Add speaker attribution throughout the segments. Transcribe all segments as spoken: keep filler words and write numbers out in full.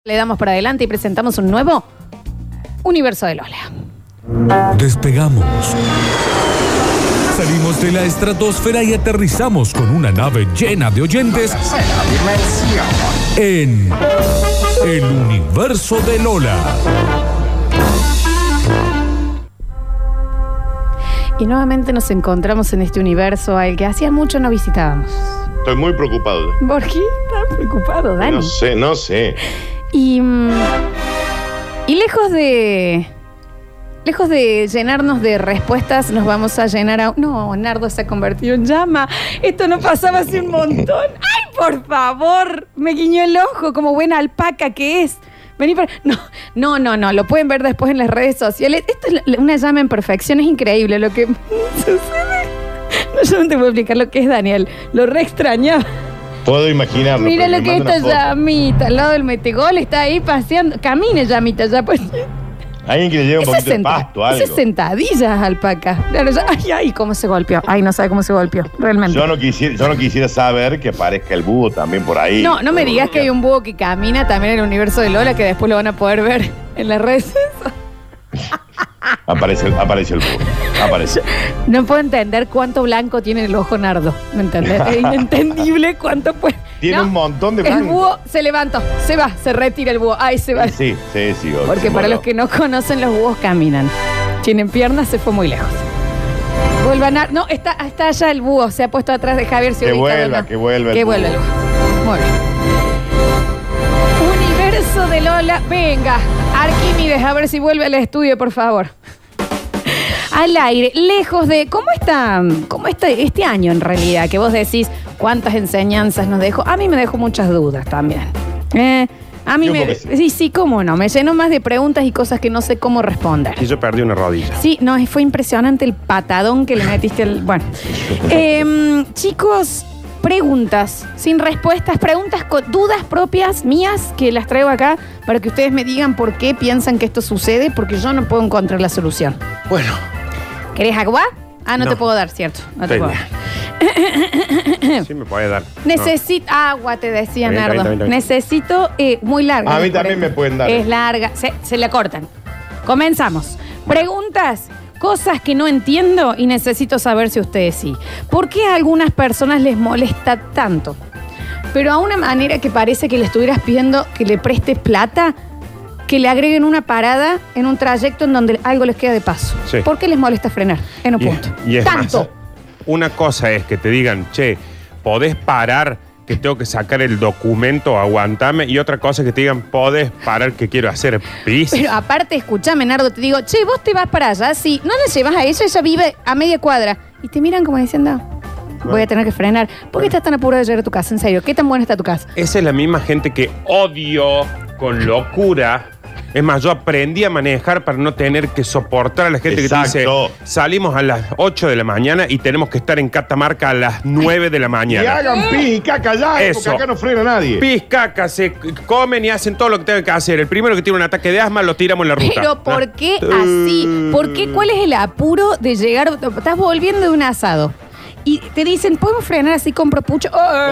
Speaker 1: Le damos para adelante y presentamos un nuevo Universo de Lola.
Speaker 2: Despegamos. Salimos de la estratosfera y aterrizamos con una nave llena de oyentes en el Universo de Lola.
Speaker 1: Y nuevamente nos encontramos en este universo al que hacía mucho no visitábamos.
Speaker 3: Estoy muy preocupado.
Speaker 1: ¿Por qué estás preocupado, Dani?
Speaker 3: No sé, no sé.
Speaker 1: Y, y lejos de lejos de llenarnos de respuestas, nos vamos a llenar a... No, Nardo se ha convertido en llama. Esto no pasaba hace un montón. ¡Ay, por favor! Me guiñó el ojo como buena alpaca que es. Vení para... No, no, no, no. Lo pueden ver después en las redes sociales. Esto es una llama en perfección. Es increíble lo que sucede. No, yo no te puedo explicar lo que es, Daniel. Lo re extrañaba.
Speaker 3: Puedo imaginarlo.
Speaker 1: Mira lo que es esta llamita al lado del metegol, está ahí paseando. Camine, llamita, ya pues.
Speaker 3: Alguien que le lleve un poquito
Speaker 1: senta,
Speaker 3: de pasto, algo.
Speaker 1: Esas sentadillas, alpaca. Claro, ya, ay, ay, cómo se golpeó. Ay, no sabe cómo se golpeó, realmente.
Speaker 3: Yo no quisiera, yo no quisiera saber que aparezca el búho también por ahí.
Speaker 1: No, no me digas que hay un búho que camina también en el universo de Lola, que después lo van a poder ver en las redes.
Speaker 3: Aparece, aparece el búho. Aparece.
Speaker 1: No puedo entender cuánto blanco tiene el ojo Nardo. ¿Me entendés? Es inentendible cuánto puede.
Speaker 3: Tiene
Speaker 1: ¿no?
Speaker 3: un montón de blanco.
Speaker 1: El búho se levantó, se va, se retira el búho. Ahí se va.
Speaker 3: Sí, sí, sí. Obvio.
Speaker 1: Porque para
Speaker 3: Bueno.
Speaker 1: los que no conocen, los búhos caminan. Tienen piernas, se fue muy lejos. Vuelvan a... No, está, está allá el búho. Se ha puesto atrás de Javier.
Speaker 3: Que vuelva, que vuelva el
Speaker 1: Que
Speaker 3: búho.
Speaker 1: vuelva el búho. Muy bien. Universo de Lola. Venga, Arquímedes, a ver si vuelve al estudio, por favor. Al aire, lejos de... ¿Cómo está, cómo está este año en realidad? Que vos decís cuántas enseñanzas nos dejó. A mí me dejó muchas dudas también. Eh, a mí
Speaker 3: Yo
Speaker 1: me...
Speaker 3: sí.
Speaker 1: sí, sí, cómo no. Me llenó más de preguntas y cosas que no sé cómo responder.
Speaker 4: Y yo perdí una rodilla.
Speaker 1: Sí, no, fue impresionante el patadón que le metiste al... Bueno. Eh, chicos, preguntas sin respuestas, preguntas con dudas propias mías que las traigo acá para que ustedes me digan por qué piensan que esto sucede, porque yo no puedo encontrar la solución.
Speaker 4: Bueno.
Speaker 1: ¿Querés agua? Ah, no,
Speaker 4: No.
Speaker 1: te puedo dar, cierto. No te
Speaker 4: Tenía.
Speaker 1: puedo dar.
Speaker 4: Sí me puede dar.
Speaker 1: Necesito agua, te decía
Speaker 4: Está bien,
Speaker 1: Nardo.
Speaker 4: está bien, está bien, está
Speaker 1: Necesito eh, muy larga.
Speaker 3: A mí
Speaker 1: por
Speaker 3: también
Speaker 1: ejemplo.
Speaker 3: me pueden dar.
Speaker 1: Es larga. Se, se la cortan. Comenzamos. Preguntas, cosas que no entiendo y necesito saber si ustedes sí. ¿Por qué a algunas personas les molesta tanto? Pero a una manera que parece que le estuvieras pidiendo que le prestes plata, que le agreguen una parada en un trayecto en donde algo les queda de paso.
Speaker 4: Sí.
Speaker 1: ¿Por qué les molesta frenar en un
Speaker 4: Y-
Speaker 1: punto?
Speaker 4: y es
Speaker 1: Tanto.
Speaker 4: más, una cosa es que te digan, che, podés parar que tengo que sacar el documento, aguantame. Y otra cosa es que te digan, podés parar que quiero hacer pis.
Speaker 1: Pero aparte, escúchame, Nardo, te digo, che, vos te vas para allá, sí, no la llevas a ella, ella vive a media cuadra. Y te miran como diciendo, voy a tener que frenar. ¿Por qué estás tan apurado de llegar a tu casa? En serio, ¿qué tan buena está tu casa?
Speaker 4: Esa es la misma gente que odio con locura. Es más, yo aprendí a manejar para no tener que soportar a la gente
Speaker 3: Exacto.
Speaker 4: que te dice, salimos a las ocho de la mañana y tenemos que estar en Catamarca a las nueve de la
Speaker 3: Y
Speaker 4: mañana.
Speaker 3: hagan pis y caca ya,
Speaker 4: Eso.
Speaker 3: porque acá no frena nadie.
Speaker 4: Pis, caca, se comen y hacen todo lo que tienen que hacer. El primero que tiene un ataque de asma lo tiramos en la ruta.
Speaker 1: Pero ¿por
Speaker 4: ¿no?
Speaker 1: qué así? ¿Por qué? ¿Cuál es el apuro de llegar? Estás volviendo de un asado y te dicen, ¿podemos frenar así con propucho?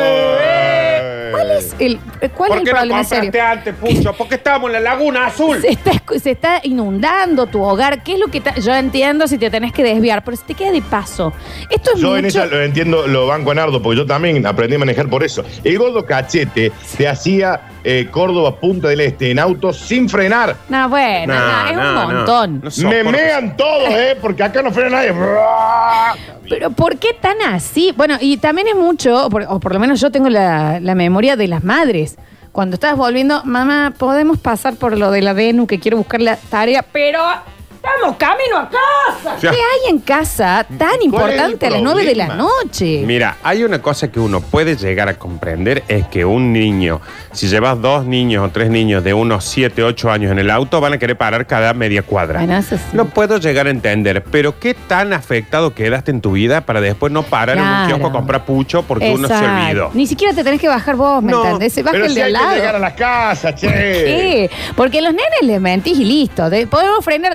Speaker 3: Eh.
Speaker 1: ¿Cuál es el, cuál es
Speaker 4: ¿Por
Speaker 1: el
Speaker 4: qué no
Speaker 1: problema serio?
Speaker 4: compraste antes, Pucho? Porque estábamos en la Laguna Azul.
Speaker 1: Se está, se está inundando tu hogar. ¿Qué es lo que ta- yo entiendo si te tenés que desviar? Pero si te queda de paso. Esto es
Speaker 3: Yo
Speaker 1: mucho...
Speaker 3: en esa lo entiendo, lo banco a Nardo, porque yo también aprendí a manejar por eso. El gordo cachete te hacía eh, Córdoba Punta del Este en auto sin frenar.
Speaker 1: No, bueno,
Speaker 4: No,
Speaker 1: no, es
Speaker 4: no,
Speaker 1: un
Speaker 4: no.
Speaker 1: montón.
Speaker 4: No
Speaker 3: Me
Speaker 4: soporto.
Speaker 3: mean todos, ¿eh? Porque acá no frena nadie.
Speaker 1: Pero ¿por qué tan así? Bueno, y también es mucho, o por, o por lo menos yo tengo la, la memoria de las madres. Cuando estás volviendo, mamá, podemos pasar por lo de la Venu, que quiero buscar la tarea, pero estamos camino a casa.
Speaker 4: Ya.
Speaker 1: ¿Qué hay en casa tan importante a las nueve de la
Speaker 3: problema?
Speaker 1: noche?
Speaker 4: Mira, hay una cosa que uno puede llegar a comprender, es que un niño, si llevas dos niños o tres niños de unos siete, ocho años en el auto, van a querer parar cada media cuadra.
Speaker 1: Bueno, eso sí.
Speaker 4: Lo puedo llegar a entender, pero ¿qué tan afectado quedaste en tu vida para después no parar en
Speaker 1: Claro.
Speaker 4: un kiosco a comprar pucho porque uno se
Speaker 1: Exacto.
Speaker 4: olvidó?
Speaker 1: Ni siquiera te tenés que bajar vos, ¿me
Speaker 4: No,
Speaker 1: entendés? Se baja
Speaker 3: Pero
Speaker 1: el
Speaker 3: si
Speaker 1: de al
Speaker 3: hay que
Speaker 1: lado.
Speaker 3: llegar a las casas, che.
Speaker 1: ¿Qué? Porque a los nenes les mentís y listo. De- ¿Podemos frenar? No, no,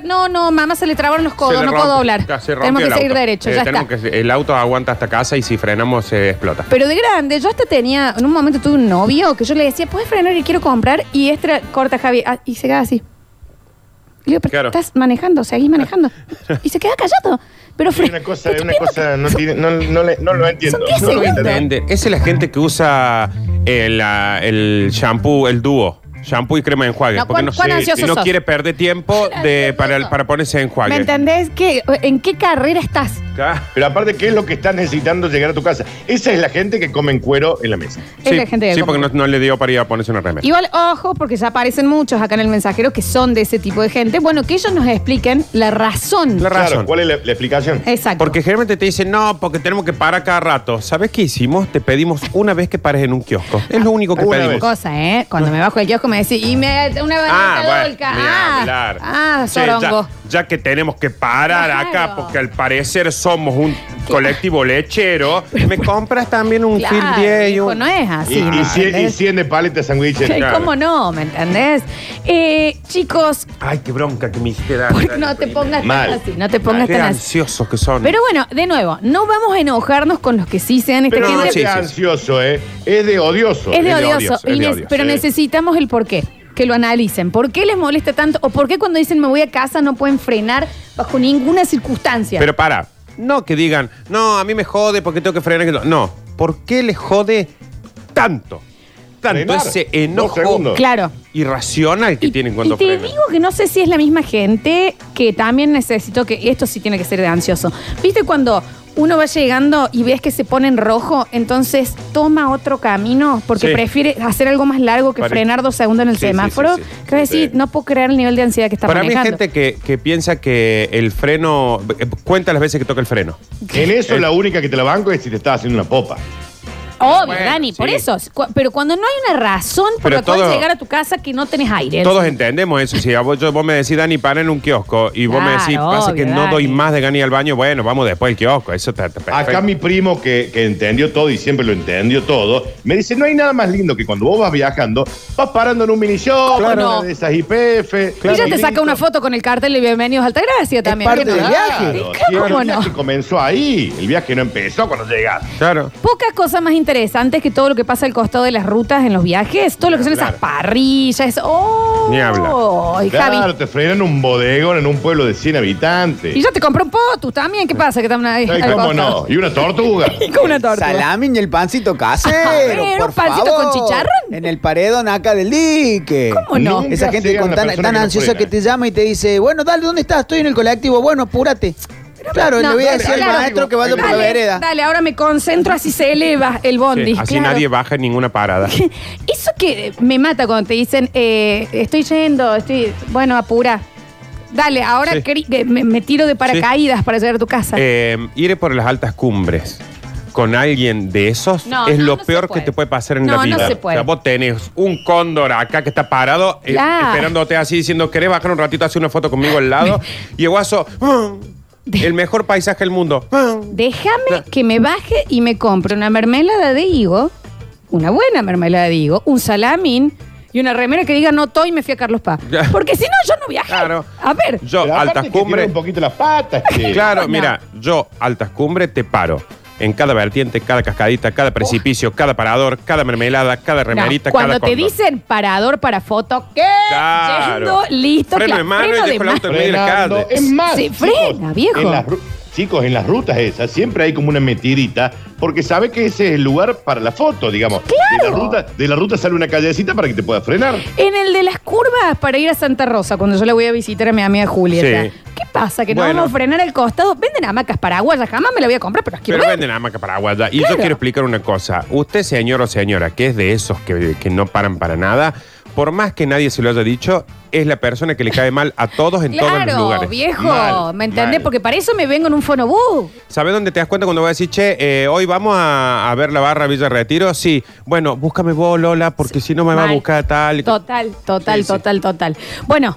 Speaker 1: no, mamá se le trabaron los codos,
Speaker 4: Se le
Speaker 1: no
Speaker 4: rompe.
Speaker 1: puedo doblar.
Speaker 4: Ya, se rompió
Speaker 1: Tenemos que
Speaker 4: el
Speaker 1: seguir
Speaker 4: auto.
Speaker 1: derecho,
Speaker 4: Eh,
Speaker 1: ya
Speaker 4: tenemos
Speaker 1: está.
Speaker 4: que- el auto aguanta hasta casa y si frenamos se explota.
Speaker 1: Pero de grande, yo hasta tenía, en un momento tuve un novio que yo le decía, ¿puedes frenar y quiero comprar? Y este corta Javi, ah, y se queda así. Y le digo, pero
Speaker 4: Claro.
Speaker 1: estás manejando, seguís manejando. Y se queda callado. Pero
Speaker 3: Hay
Speaker 1: fre-
Speaker 3: una cosa,
Speaker 1: ¿Pero
Speaker 3: una
Speaker 1: qué
Speaker 3: cosa, no, tiene, no, no, le- no lo entiendo.
Speaker 1: Son diez
Speaker 3: No lo
Speaker 1: segundos.
Speaker 3: entiendo.
Speaker 4: Entiende. Esa es la gente que usa el, ah, el shampoo, el dúo. Shampoo y crema de enjuague.
Speaker 1: No,
Speaker 4: porque
Speaker 1: ¿cuán-
Speaker 4: no,
Speaker 1: cuán
Speaker 4: sé,
Speaker 1: ansioso
Speaker 4: no
Speaker 1: sos?
Speaker 4: quiere perder tiempo de, para, el- para ponerse enjuague.
Speaker 1: ¿Me entendés? ¿Qué, ¿En qué carrera estás?
Speaker 4: Acá.
Speaker 3: Pero aparte, ¿qué es lo que estás necesitando llegar a tu casa? Esa es la gente que come en cuero en la mesa.
Speaker 1: Es
Speaker 4: Sí,
Speaker 1: la gente que
Speaker 4: sí,
Speaker 1: come.
Speaker 4: porque no, no le dio para ir a ponerse una remera.
Speaker 1: Igual, ojo, porque ya aparecen muchos acá en el mensajero que son de ese tipo de gente. Bueno, que ellos nos expliquen la razón.
Speaker 4: La razón.
Speaker 3: Claro, ¿cuál es la, la explicación?
Speaker 1: Exacto.
Speaker 4: Porque generalmente te dicen, no, porque tenemos que parar cada rato. ¿Sabes qué hicimos? Te pedimos una vez que pares en un kiosco. Es lo único que
Speaker 3: Una
Speaker 4: pedimos.
Speaker 3: vez.
Speaker 1: Cosa, ¿eh? Cuando me bajo el kiosco me decís, y me una
Speaker 4: Ah,
Speaker 1: banana
Speaker 4: bueno,
Speaker 1: dolca.
Speaker 4: ni
Speaker 1: Ah,
Speaker 4: hablar.
Speaker 1: ah,
Speaker 4: Che,
Speaker 1: sorongo.
Speaker 4: ya, ya que tenemos que parar
Speaker 1: Claro.
Speaker 4: acá, porque al parecer somos un colectivo lechero, me compras también un
Speaker 1: Claro,
Speaker 4: Phil diez y
Speaker 1: hijo,
Speaker 4: un...
Speaker 1: no es así.
Speaker 3: Y,
Speaker 1: ¿me
Speaker 3: y, cien, y
Speaker 1: entendés?
Speaker 3: cien de paleta de sándwiches.
Speaker 1: Ay, ¿cómo no? ¿Me entendés? Eh, chicos,
Speaker 4: Ay, qué bronca que me hiciste dar.
Speaker 1: por- no te pongas tan
Speaker 3: Mal.
Speaker 1: así, no te pongas
Speaker 4: Qué
Speaker 1: tan así.
Speaker 4: ansiosos que son.
Speaker 1: Pero bueno, de nuevo, no vamos a enojarnos con los que sí sean esta
Speaker 3: Pero no
Speaker 1: gente.
Speaker 3: es
Speaker 4: sí,
Speaker 3: de
Speaker 4: sí, sí.
Speaker 3: ansioso, ¿eh? Es de odioso.
Speaker 1: Es de
Speaker 4: Es de
Speaker 1: odioso,
Speaker 4: odioso, es
Speaker 1: y
Speaker 4: de
Speaker 1: ne-
Speaker 4: odioso,
Speaker 1: pero
Speaker 3: sí.
Speaker 1: necesitamos el porqué, que lo analicen. ¿Por qué les molesta tanto? ¿O por qué cuando dicen me voy a casa no pueden frenar bajo ninguna circunstancia?
Speaker 4: Pero para, no que digan, no, a mí me jode porque tengo que frenar. que no. No, ¿por qué le jode tanto? Tanto
Speaker 3: Frenar.
Speaker 4: ese
Speaker 3: Dos
Speaker 4: enojo
Speaker 3: segundos.
Speaker 1: Claro.
Speaker 4: irracional que
Speaker 1: Y-
Speaker 4: tienen cuando
Speaker 1: y te
Speaker 4: frenan.
Speaker 1: digo que no sé si es la misma gente que también necesito que esto sí tiene que ser de ansioso. ¿Viste cuando uno va llegando y ves que se pone en rojo, entonces toma otro camino porque
Speaker 4: Sí.
Speaker 1: prefiere hacer algo más largo que
Speaker 4: Pare-
Speaker 1: frenar dos segundos en el
Speaker 4: Sí, sí,
Speaker 1: semáforo?
Speaker 4: sí, sí.
Speaker 1: Que vas a decir,
Speaker 3: Sí.
Speaker 1: no puedo creer el nivel de ansiedad que está
Speaker 4: Para mí hay
Speaker 1: manejando.
Speaker 4: gente que, que piensa que el freno... eh, Cuenta las veces que toca el freno.
Speaker 3: En eso
Speaker 4: Eh.
Speaker 3: la única que te la banco es si te estás haciendo una popa.
Speaker 1: Obvio,
Speaker 4: Bueno,
Speaker 1: Dani, por
Speaker 4: sí.
Speaker 1: eso. Cu- Pero cuando no hay una razón por
Speaker 4: Pero
Speaker 1: la cual
Speaker 4: todo-
Speaker 1: llegar a tu casa que no tenés aire.
Speaker 4: Todos entendemos eso. Si a vos, yo- vos me decís, Dani, para en un kiosco, y vos me
Speaker 1: Claro,
Speaker 4: decís, pasa
Speaker 1: obvio,
Speaker 4: que no
Speaker 1: Dani.
Speaker 4: doy más de ganas ir al baño, bueno, vamos después del kiosco. Eso está, está perfecto.
Speaker 3: Acá mi primo, que, que entendió todo y siempre lo entendió todo, me dice, no hay nada más lindo que cuando vos vas viajando, vas parando en un mini shop,
Speaker 1: ¿Cómo
Speaker 3: una
Speaker 1: no?
Speaker 3: de esas I P F.
Speaker 1: Y ya te saca
Speaker 3: listo.
Speaker 1: una foto con el cartel de Bienvenidos a Altagracia también.
Speaker 5: parte
Speaker 1: ¿Qué no?
Speaker 5: del viaje.
Speaker 3: Claro,
Speaker 1: ¿Y
Speaker 3: sí,
Speaker 1: cómo
Speaker 3: el
Speaker 1: no?
Speaker 3: viaje comenzó ahí. El viaje no empezó cuando llegaste.
Speaker 4: Claro.
Speaker 1: Pocas cosas más interesantes que todo lo que pasa al costado de las rutas en los viajes. Todo lo que son
Speaker 3: Claro.
Speaker 1: esas parrillas. Eso. ¡Oh!
Speaker 4: Ni habla.
Speaker 1: Ay, Javi.
Speaker 3: Claro, te frenan un bodegón en un pueblo de cien habitantes.
Speaker 1: Y yo te compré un potus también. ¿Qué pasa? Que están ahí.
Speaker 3: Ay,
Speaker 1: al
Speaker 3: ¿cómo
Speaker 1: costado.
Speaker 3: no? ¿Y una tortuga?
Speaker 1: Y con una torta.
Speaker 5: Salami y el pancito casero,
Speaker 1: A ver,
Speaker 5: por
Speaker 1: un pancito
Speaker 5: favor.
Speaker 1: con chicharrón.
Speaker 5: En el paredón acá del dique.
Speaker 1: ¿Cómo no?
Speaker 3: Nunca
Speaker 5: Esa gente
Speaker 3: sea
Speaker 5: con
Speaker 3: una
Speaker 5: tan,
Speaker 3: persona
Speaker 5: tan
Speaker 3: que no
Speaker 5: ansiosa
Speaker 3: frena.
Speaker 5: que te llama y te dice, bueno, dale, ¿dónde estás? Estoy en el colectivo. Bueno, apúrate. Claro,
Speaker 1: No,
Speaker 5: le voy a
Speaker 1: dale,
Speaker 5: decir al
Speaker 1: claro.
Speaker 5: maestro que vaya por la
Speaker 1: Dale,
Speaker 5: vereda.
Speaker 1: dale, ahora me concentro, así se eleva el bondi.
Speaker 4: Sí, así
Speaker 1: claro.
Speaker 4: nadie baja en ninguna parada.
Speaker 1: Eso que me mata cuando te dicen, eh, estoy yendo, estoy. Bueno, apura. Dale, ahora
Speaker 4: Sí.
Speaker 1: queri- que me, me tiro de paracaídas para llegar a tu casa.
Speaker 4: Eh, ir por las altas cumbres con alguien de esos
Speaker 1: No,
Speaker 4: es
Speaker 1: no,
Speaker 4: lo
Speaker 1: no se
Speaker 4: peor
Speaker 1: puede.
Speaker 4: que te puede pasar en
Speaker 1: No,
Speaker 4: la vida.
Speaker 1: no se puede.
Speaker 4: O sea, vos tenés un cóndor acá que está parado eh,
Speaker 1: Claro.
Speaker 4: esperándote así diciendo, ¿querés bajar un ratito a hacer una foto conmigo al lado? Y el guaso, "Ah, el mejor paisaje del mundo. Ah".
Speaker 1: Déjame que me baje y me compre una mermelada de higo, una buena mermelada de higo, un salamín y una remera que diga no estoy y me fui a Carlos Paz.
Speaker 4: Ya.
Speaker 1: Porque si no, yo no viajé.
Speaker 4: Claro.
Speaker 1: A ver.
Speaker 4: Yo,
Speaker 3: Pero aparte
Speaker 4: altas
Speaker 3: que tiene
Speaker 4: cumbres.
Speaker 3: un poquito las patas. che.
Speaker 4: Claro,
Speaker 1: No.
Speaker 4: mira, yo, altas cumbres, te paro. En cada vertiente, cada cascadita, cada precipicio, cada parador, cada mermelada, cada
Speaker 1: No,
Speaker 4: remerita,
Speaker 1: cuando
Speaker 4: cada
Speaker 1: te
Speaker 4: cóndor.
Speaker 1: dicen parador para foto, ¿qué?
Speaker 4: Claro.
Speaker 1: Yendo, listo.
Speaker 4: Freno
Speaker 1: cla-
Speaker 4: de mano y
Speaker 1: freno de
Speaker 4: dejo el
Speaker 1: mano.
Speaker 4: auto en medio de la
Speaker 3: Frenando.
Speaker 4: calle.
Speaker 3: Es más,
Speaker 1: Sí,
Speaker 3: chicos,
Speaker 1: frena, viejo.
Speaker 3: en las ru- chicos, en las rutas esas siempre hay como una metidita porque sabe que ese es el lugar para la foto, digamos.
Speaker 1: Claro.
Speaker 3: De la ruta, de la ruta sale una callecita para que te puedas frenar.
Speaker 1: En el de las curvas para ir a Santa Rosa, cuando yo le voy a visitar a mi amiga Julieta.
Speaker 4: Sí.
Speaker 1: ¿Qué pasa? Que no
Speaker 4: Bueno.
Speaker 1: vamos a frenar al costado. Venden hamacas paraguayas, jamás me la voy a comprar, pero las quiero
Speaker 4: Pero
Speaker 1: ver.
Speaker 4: venden hamaca paraguaya. Y
Speaker 1: Claro.
Speaker 4: yo quiero explicar una cosa. Usted, señor o señora, que es de esos que, que no paran para nada, por más que nadie se lo haya dicho, es la persona que le cae mal a todos en todos los
Speaker 1: Claro,
Speaker 4: lugares.
Speaker 1: viejo,
Speaker 3: Mal,
Speaker 1: ¿me entendés?
Speaker 3: mal.
Speaker 1: Porque para eso me vengo en un fonobús.
Speaker 4: ¿Sabes dónde te das cuenta cuando voy a decir, che, eh, hoy vamos a, a ver la barra Villa Retiro? Sí, bueno, búscame vos, Lola, porque si no me va a
Speaker 1: Mal.
Speaker 4: buscar tal. y-
Speaker 1: Total, total,
Speaker 4: Sí, sí.
Speaker 1: total, total. Bueno,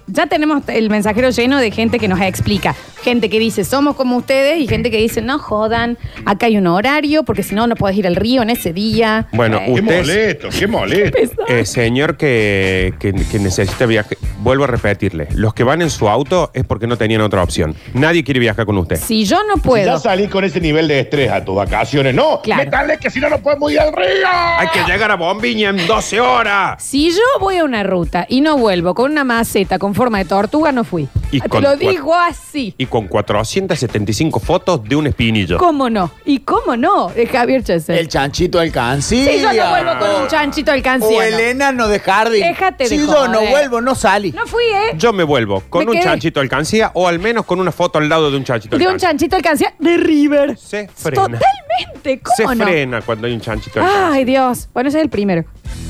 Speaker 1: ya tenemos el mensajero lleno de gente que nos explica. Gente que dice, somos como ustedes, y gente que dice, no jodan, acá hay un horario, porque si no, no podés ir al río en ese día.
Speaker 4: Bueno,
Speaker 1: Eh,
Speaker 3: Qué
Speaker 4: Usted-
Speaker 3: molesto, qué molesto.
Speaker 4: Eh, señor que, que- que necesita viaje, vuelvo a repetirle, los que van en su auto es porque no tenían otra opción. Nadie quiere viajar con usted.
Speaker 1: Si yo no
Speaker 3: Si
Speaker 1: puedo.
Speaker 3: ya salís con ese nivel de estrés a tus vacaciones, no,
Speaker 1: Claro.
Speaker 3: métale que si no, no podemos ir al río.
Speaker 4: Hay que llegar a Bombiña en doce horas.
Speaker 1: Si yo voy a una ruta y no vuelvo con una maceta con forma de tortuga, no fui.
Speaker 4: Y
Speaker 1: Te
Speaker 4: con
Speaker 1: lo
Speaker 4: cua-
Speaker 1: digo así.
Speaker 4: Y con cuatrocientas setenta y cinco fotos de un espinillo.
Speaker 1: ¿Cómo no? ¿Y cómo no? De Javier Chesel.
Speaker 5: El chanchito alcancía.
Speaker 1: Si yo no vuelvo con un chanchito
Speaker 5: O
Speaker 1: alcanciano.
Speaker 5: el enano de jardín.
Speaker 1: Déjate de
Speaker 5: Si yo
Speaker 1: joder.
Speaker 5: no vuelvo, no salí.
Speaker 1: No fui, ¿eh?
Speaker 4: Yo me vuelvo con
Speaker 1: Me
Speaker 4: un
Speaker 1: quedé.
Speaker 4: chanchito alcancía o al menos con una foto al lado de un chanchito
Speaker 1: De un
Speaker 4: alcancía.
Speaker 1: chanchito alcancía de River.
Speaker 4: Se frena.
Speaker 1: Totalmente.
Speaker 4: Se
Speaker 1: ¿Cómo no?
Speaker 4: frena cuando hay un chanchito alcancía.
Speaker 1: Ay, Dios. Bueno, ese es el primero.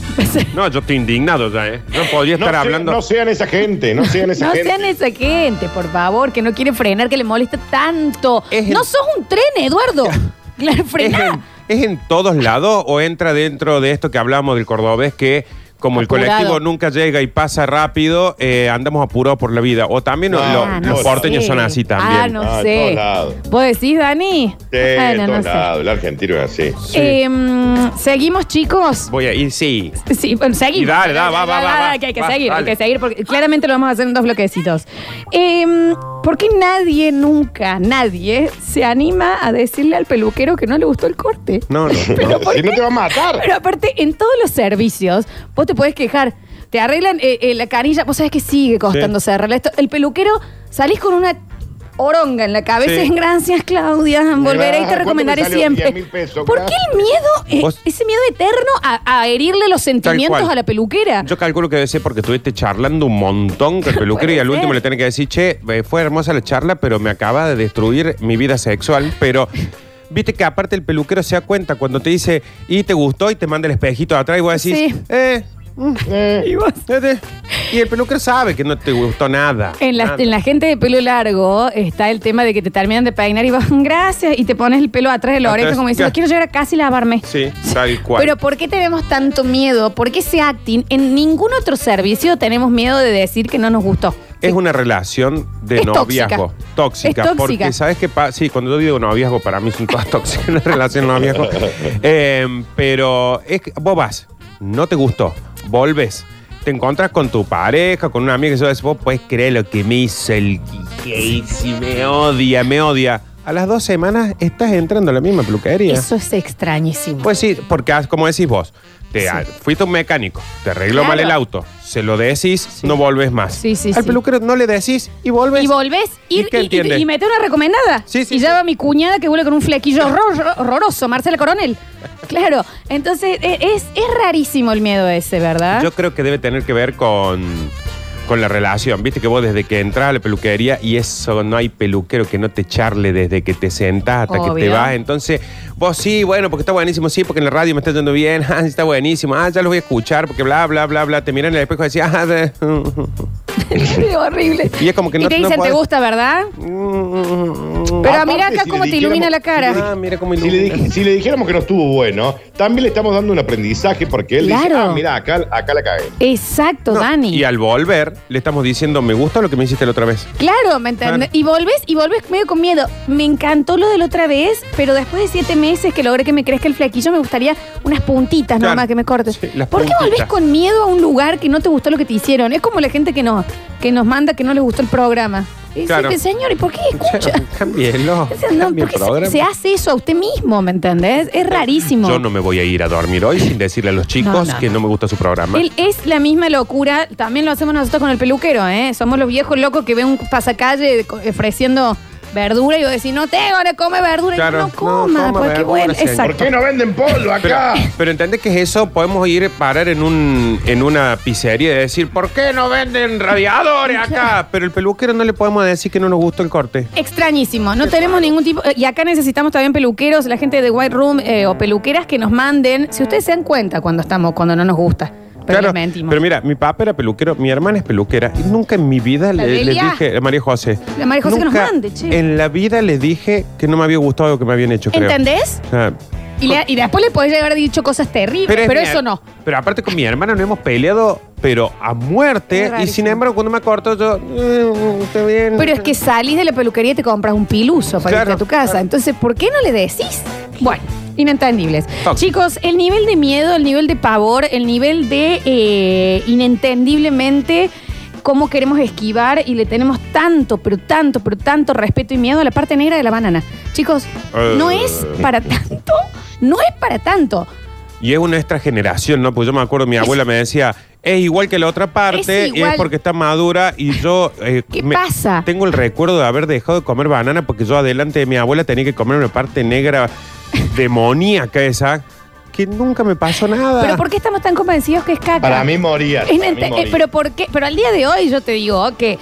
Speaker 4: No, yo estoy indignado ya, ¿eh? No podría
Speaker 3: No,
Speaker 4: estar
Speaker 3: se-
Speaker 4: hablando.
Speaker 3: no sean esa gente, no sean esa
Speaker 1: No
Speaker 3: gente.
Speaker 1: sean esa gente, por favor, que no quiere frenar, que le molesta tanto.
Speaker 4: Es el-
Speaker 1: No sos un tren, Eduardo. Claro,
Speaker 4: ¿Es
Speaker 1: frená.
Speaker 4: en, ¿Es en todos lados o entra dentro de esto que hablamos del cordobés que como el
Speaker 1: Apurado.
Speaker 4: colectivo nunca llega y pasa rápido, eh, andamos apurados por la vida? O también
Speaker 3: No,
Speaker 4: lo-
Speaker 1: Ah,
Speaker 4: los
Speaker 1: sé.
Speaker 4: porteños son así también.
Speaker 1: Ah, no
Speaker 3: Ah, en
Speaker 1: sé.
Speaker 3: todos lados.
Speaker 1: ¿Vos decís, Dani?
Speaker 3: Sí,
Speaker 1: Bueno,
Speaker 3: en
Speaker 1: no
Speaker 3: todos
Speaker 1: sé.
Speaker 3: lados. El argentino es así.
Speaker 1: Eh, mm, Seguimos, chicos.
Speaker 4: Voy a ir, sí.
Speaker 1: Sí, bueno, seguimos.
Speaker 4: Y dale, da, va, va, va, va.
Speaker 1: Que hay que
Speaker 4: Va,
Speaker 1: seguir, hay
Speaker 4: dale.
Speaker 1: que seguir, porque claramente lo vamos a hacer en dos bloquecitos. Eh, ¿Por qué nadie, nunca, nadie se anima a decirle al peluquero que no le gustó el corte?
Speaker 4: No, no.
Speaker 1: Pero ¿por
Speaker 3: si no
Speaker 1: qué?
Speaker 3: te va a matar.
Speaker 1: Pero aparte, en todos los servicios, vos te puedes quejar. Te arreglan eh, eh, la canilla, vos sabés que sigue costando
Speaker 4: Sí.
Speaker 1: cerrarla esto. El peluquero, salís con una oronga en la cabeza.
Speaker 4: Sí.
Speaker 1: En gracias, Claudia. Volveré y te
Speaker 3: ¿Cuánto
Speaker 1: recomendaré
Speaker 3: me salió?
Speaker 1: siempre.
Speaker 3: diez mil pesos,
Speaker 1: ¿Por
Speaker 3: claro.
Speaker 1: qué el miedo, eh,
Speaker 4: Vos-
Speaker 1: ese miedo eterno a, a herirle los sentimientos
Speaker 4: cual.
Speaker 1: a la peluquera?
Speaker 4: Yo calculo que debe ser porque estuviste charlando un montón con el peluquero y al
Speaker 1: Puede
Speaker 4: último
Speaker 1: ser.
Speaker 4: le tenés que decir, che, eh, fue hermosa la charla, pero me acaba de destruir mi vida sexual. Pero viste que aparte el peluquero se da cuenta cuando te dice, y te gustó, y te manda el espejito de atrás y vos decís,
Speaker 1: Sí.
Speaker 4: eh, mm,
Speaker 3: Eh,
Speaker 1: Y vos-
Speaker 4: eh, eh. Y el peluquero sabe que no te gustó nada.
Speaker 1: En la,
Speaker 4: Nada.
Speaker 1: en la gente de pelo largo está el tema de que te terminan de peinar y vas, gracias, y te pones el pelo atrás de la
Speaker 4: Atrás,
Speaker 1: oreja como diciendo,
Speaker 4: ya.
Speaker 1: quiero llegar a casa y lavarme.
Speaker 4: Sí, tal cual.
Speaker 1: Pero ¿por qué tenemos tanto miedo? ¿Por qué ese acting? En ningún otro servicio tenemos miedo de decir que no nos gustó.
Speaker 4: Es una relación de
Speaker 1: Es
Speaker 4: noviazgo. Tóxica.
Speaker 1: Es tóxica.
Speaker 4: Porque, ¿sabes qué pasa? Sí, cuando yo digo noviazgo, para mí son todas tóxicas las relaciones de noviazgo. Eh, pero es que vos vas, no te gustó, volves, te encontras con tu pareja, con una amiga, y vos puedes creer lo que me hizo el Casey, me odia, me odia. A las dos semanas estás entrando a la misma peluquería.
Speaker 1: Eso es extrañísimo.
Speaker 4: Pues sí, porque ah, como decís vos, te,
Speaker 1: Sí.
Speaker 4: ah, fuiste a un mecánico, te arregló
Speaker 1: Claro.
Speaker 4: mal el auto, se lo decís, no volves más.
Speaker 1: Sí, sí,
Speaker 4: Al
Speaker 1: sí.
Speaker 4: peluquero no le decís y volves.
Speaker 1: Y volvés
Speaker 4: ¿Y
Speaker 1: ir
Speaker 4: qué
Speaker 1: y,
Speaker 4: entiende?
Speaker 1: y, y mete una recomendada.
Speaker 4: Sí, sí,
Speaker 1: y
Speaker 4: sí.
Speaker 1: ya va mi cuñada que vuelve con un flequillo horror- horroroso, Marcela Coronel. Claro. Entonces, e- es, es rarísimo el miedo ese, ¿verdad?
Speaker 4: Yo creo que debe tener que ver con, con la relación. Viste que vos desde que entras a la peluquería y eso no hay peluquero que no te charle desde que te sentás hasta que te
Speaker 1: Obvio.
Speaker 4: vas. Entonces, vos sí, bueno, porque está buenísimo, sí, porque en la radio me está yendo bien, ah, sí, está buenísimo, ah, ya lo voy a escuchar, porque bla, bla, bla, bla. Te miran en el espejo y decís, ah, de-
Speaker 1: Es horrible.
Speaker 4: Y es como que
Speaker 1: y
Speaker 4: no-
Speaker 1: te
Speaker 4: no
Speaker 1: dicen, ¿te
Speaker 4: podés-
Speaker 1: gusta, verdad? Pero
Speaker 3: Aparte,
Speaker 1: mira acá
Speaker 3: si
Speaker 1: cómo
Speaker 3: le
Speaker 1: te ilumina la
Speaker 3: dijéramos-
Speaker 1: cara.
Speaker 4: Ah, mira cómo
Speaker 3: Si le,
Speaker 4: ilumina.
Speaker 3: dij- si le dijéramos que no estuvo bueno, también le estamos dando un aprendizaje porque él dice,
Speaker 1: Claro.
Speaker 3: ah, mira, acá, acá la cagué.
Speaker 1: Exacto,
Speaker 4: No,
Speaker 1: Dani.
Speaker 4: Y al volver, le estamos diciendo, me gusta lo que me hiciste la otra vez.
Speaker 1: Claro, ¿me entiendes?
Speaker 4: Claro.
Speaker 1: Y volvés, y volvés medio con miedo. Me encantó lo de la otra vez, pero después de siete meses que logré que me crezca el flequillo, me gustaría unas puntitas
Speaker 4: Claro.
Speaker 1: nomás que me cortes.
Speaker 4: Sí, las
Speaker 1: ¿Por qué
Speaker 4: puntitas.
Speaker 1: volvés con miedo a un lugar que no te gustó lo que te hicieron? Es como la gente que nos, que nos manda que no le gustó el programa. Y dice,
Speaker 4: Claro.
Speaker 1: señor, ¿y por qué escucha?
Speaker 4: Cámbielo.
Speaker 1: O sea, no,
Speaker 4: Cambie
Speaker 1: ¿por
Speaker 4: el
Speaker 1: qué se,
Speaker 4: programa.
Speaker 1: se hace eso a usted mismo, ¿me entendés? Es rarísimo.
Speaker 4: Yo no me voy a ir a dormir hoy sin decirle a los chicos
Speaker 1: No, no,
Speaker 4: que
Speaker 1: no.
Speaker 4: no me gusta su programa.
Speaker 1: Él es la misma locura, también lo hacemos nosotros con el peluquero, ¿eh? Somos los viejos locos que ven un pasacalle co- ofreciendo verdura y vos decís, no tengo, ahora come verdura.
Speaker 4: Claro,
Speaker 1: y no
Speaker 4: no,
Speaker 1: coma,
Speaker 4: coma
Speaker 1: porque
Speaker 4: verdura,
Speaker 1: bueno,
Speaker 4: señor.
Speaker 1: exacto.
Speaker 3: ¿Por qué no venden pollo
Speaker 4: Pero,
Speaker 3: acá?
Speaker 4: pero entendés que es eso, podemos ir a parar en un en una pizzería y decir, ¿por qué no venden radiadores acá? Pero el peluquero no le podemos decir que no nos gustó el corte.
Speaker 1: Extrañísimo, no tenemos ningún tipo, y acá necesitamos también peluqueros, la gente de White Room eh, o peluqueras que nos manden, si ustedes se dan cuenta cuando estamos, cuando no nos gusta, pero les mentimos.
Speaker 4: pero mira, mi papá era peluquero, mi hermana es peluquera y nunca en mi vida
Speaker 1: La
Speaker 4: le, les
Speaker 1: Delia.
Speaker 4: dije, María José.
Speaker 1: La María José que nos
Speaker 4: nunca
Speaker 1: mande, che.
Speaker 4: En la vida le dije que no me había gustado lo que me habían hecho, creo.
Speaker 1: ¿Entendés?
Speaker 4: O sea,
Speaker 1: Y, le- y después le podés haber dicho cosas terribles,
Speaker 4: es
Speaker 1: pero,
Speaker 4: mi-
Speaker 1: eso no.
Speaker 4: Pero aparte con mi hermana no hemos peleado, pero a
Speaker 1: Es
Speaker 4: muerte. Y
Speaker 1: rarísimo.
Speaker 4: sin embargo, cuando me corto, yo. "Mm, está bien.
Speaker 1: Pero es que salís de la peluquería y te compras un piluso para
Speaker 4: Claro,
Speaker 1: irte a tu casa.
Speaker 4: claro.
Speaker 1: Entonces, ¿por qué no le decís? Bueno, inentendibles.
Speaker 4: Tóxico.
Speaker 1: Chicos, el nivel de miedo, el nivel de pavor, el nivel de eh, inentendiblemente cómo queremos esquivar y le tenemos tanto, pero tanto, pero tanto respeto y miedo a la parte negra de la banana. Chicos, no es para tanto, no es para tanto.
Speaker 4: Y es una extra generación, ¿no? Pues yo me acuerdo, mi abuela me decía, es igual que la otra parte,
Speaker 1: Es
Speaker 4: y
Speaker 1: igual.
Speaker 4: es porque está madura. Y yo. eh,
Speaker 1: ¿Qué pasa?
Speaker 4: Tengo el recuerdo de haber dejado de comer banana porque yo, adelante de mi abuela, tenía que comer una parte negra demoníaca esa, que nunca me pasó nada.
Speaker 1: Pero ¿por qué estamos tan convencidos que es caca?
Speaker 3: Para mí moría.
Speaker 1: Es
Speaker 3: para mí
Speaker 1: neta-
Speaker 3: moría.
Speaker 1: eh, pero ¿por qué? Pero al día de hoy yo te digo que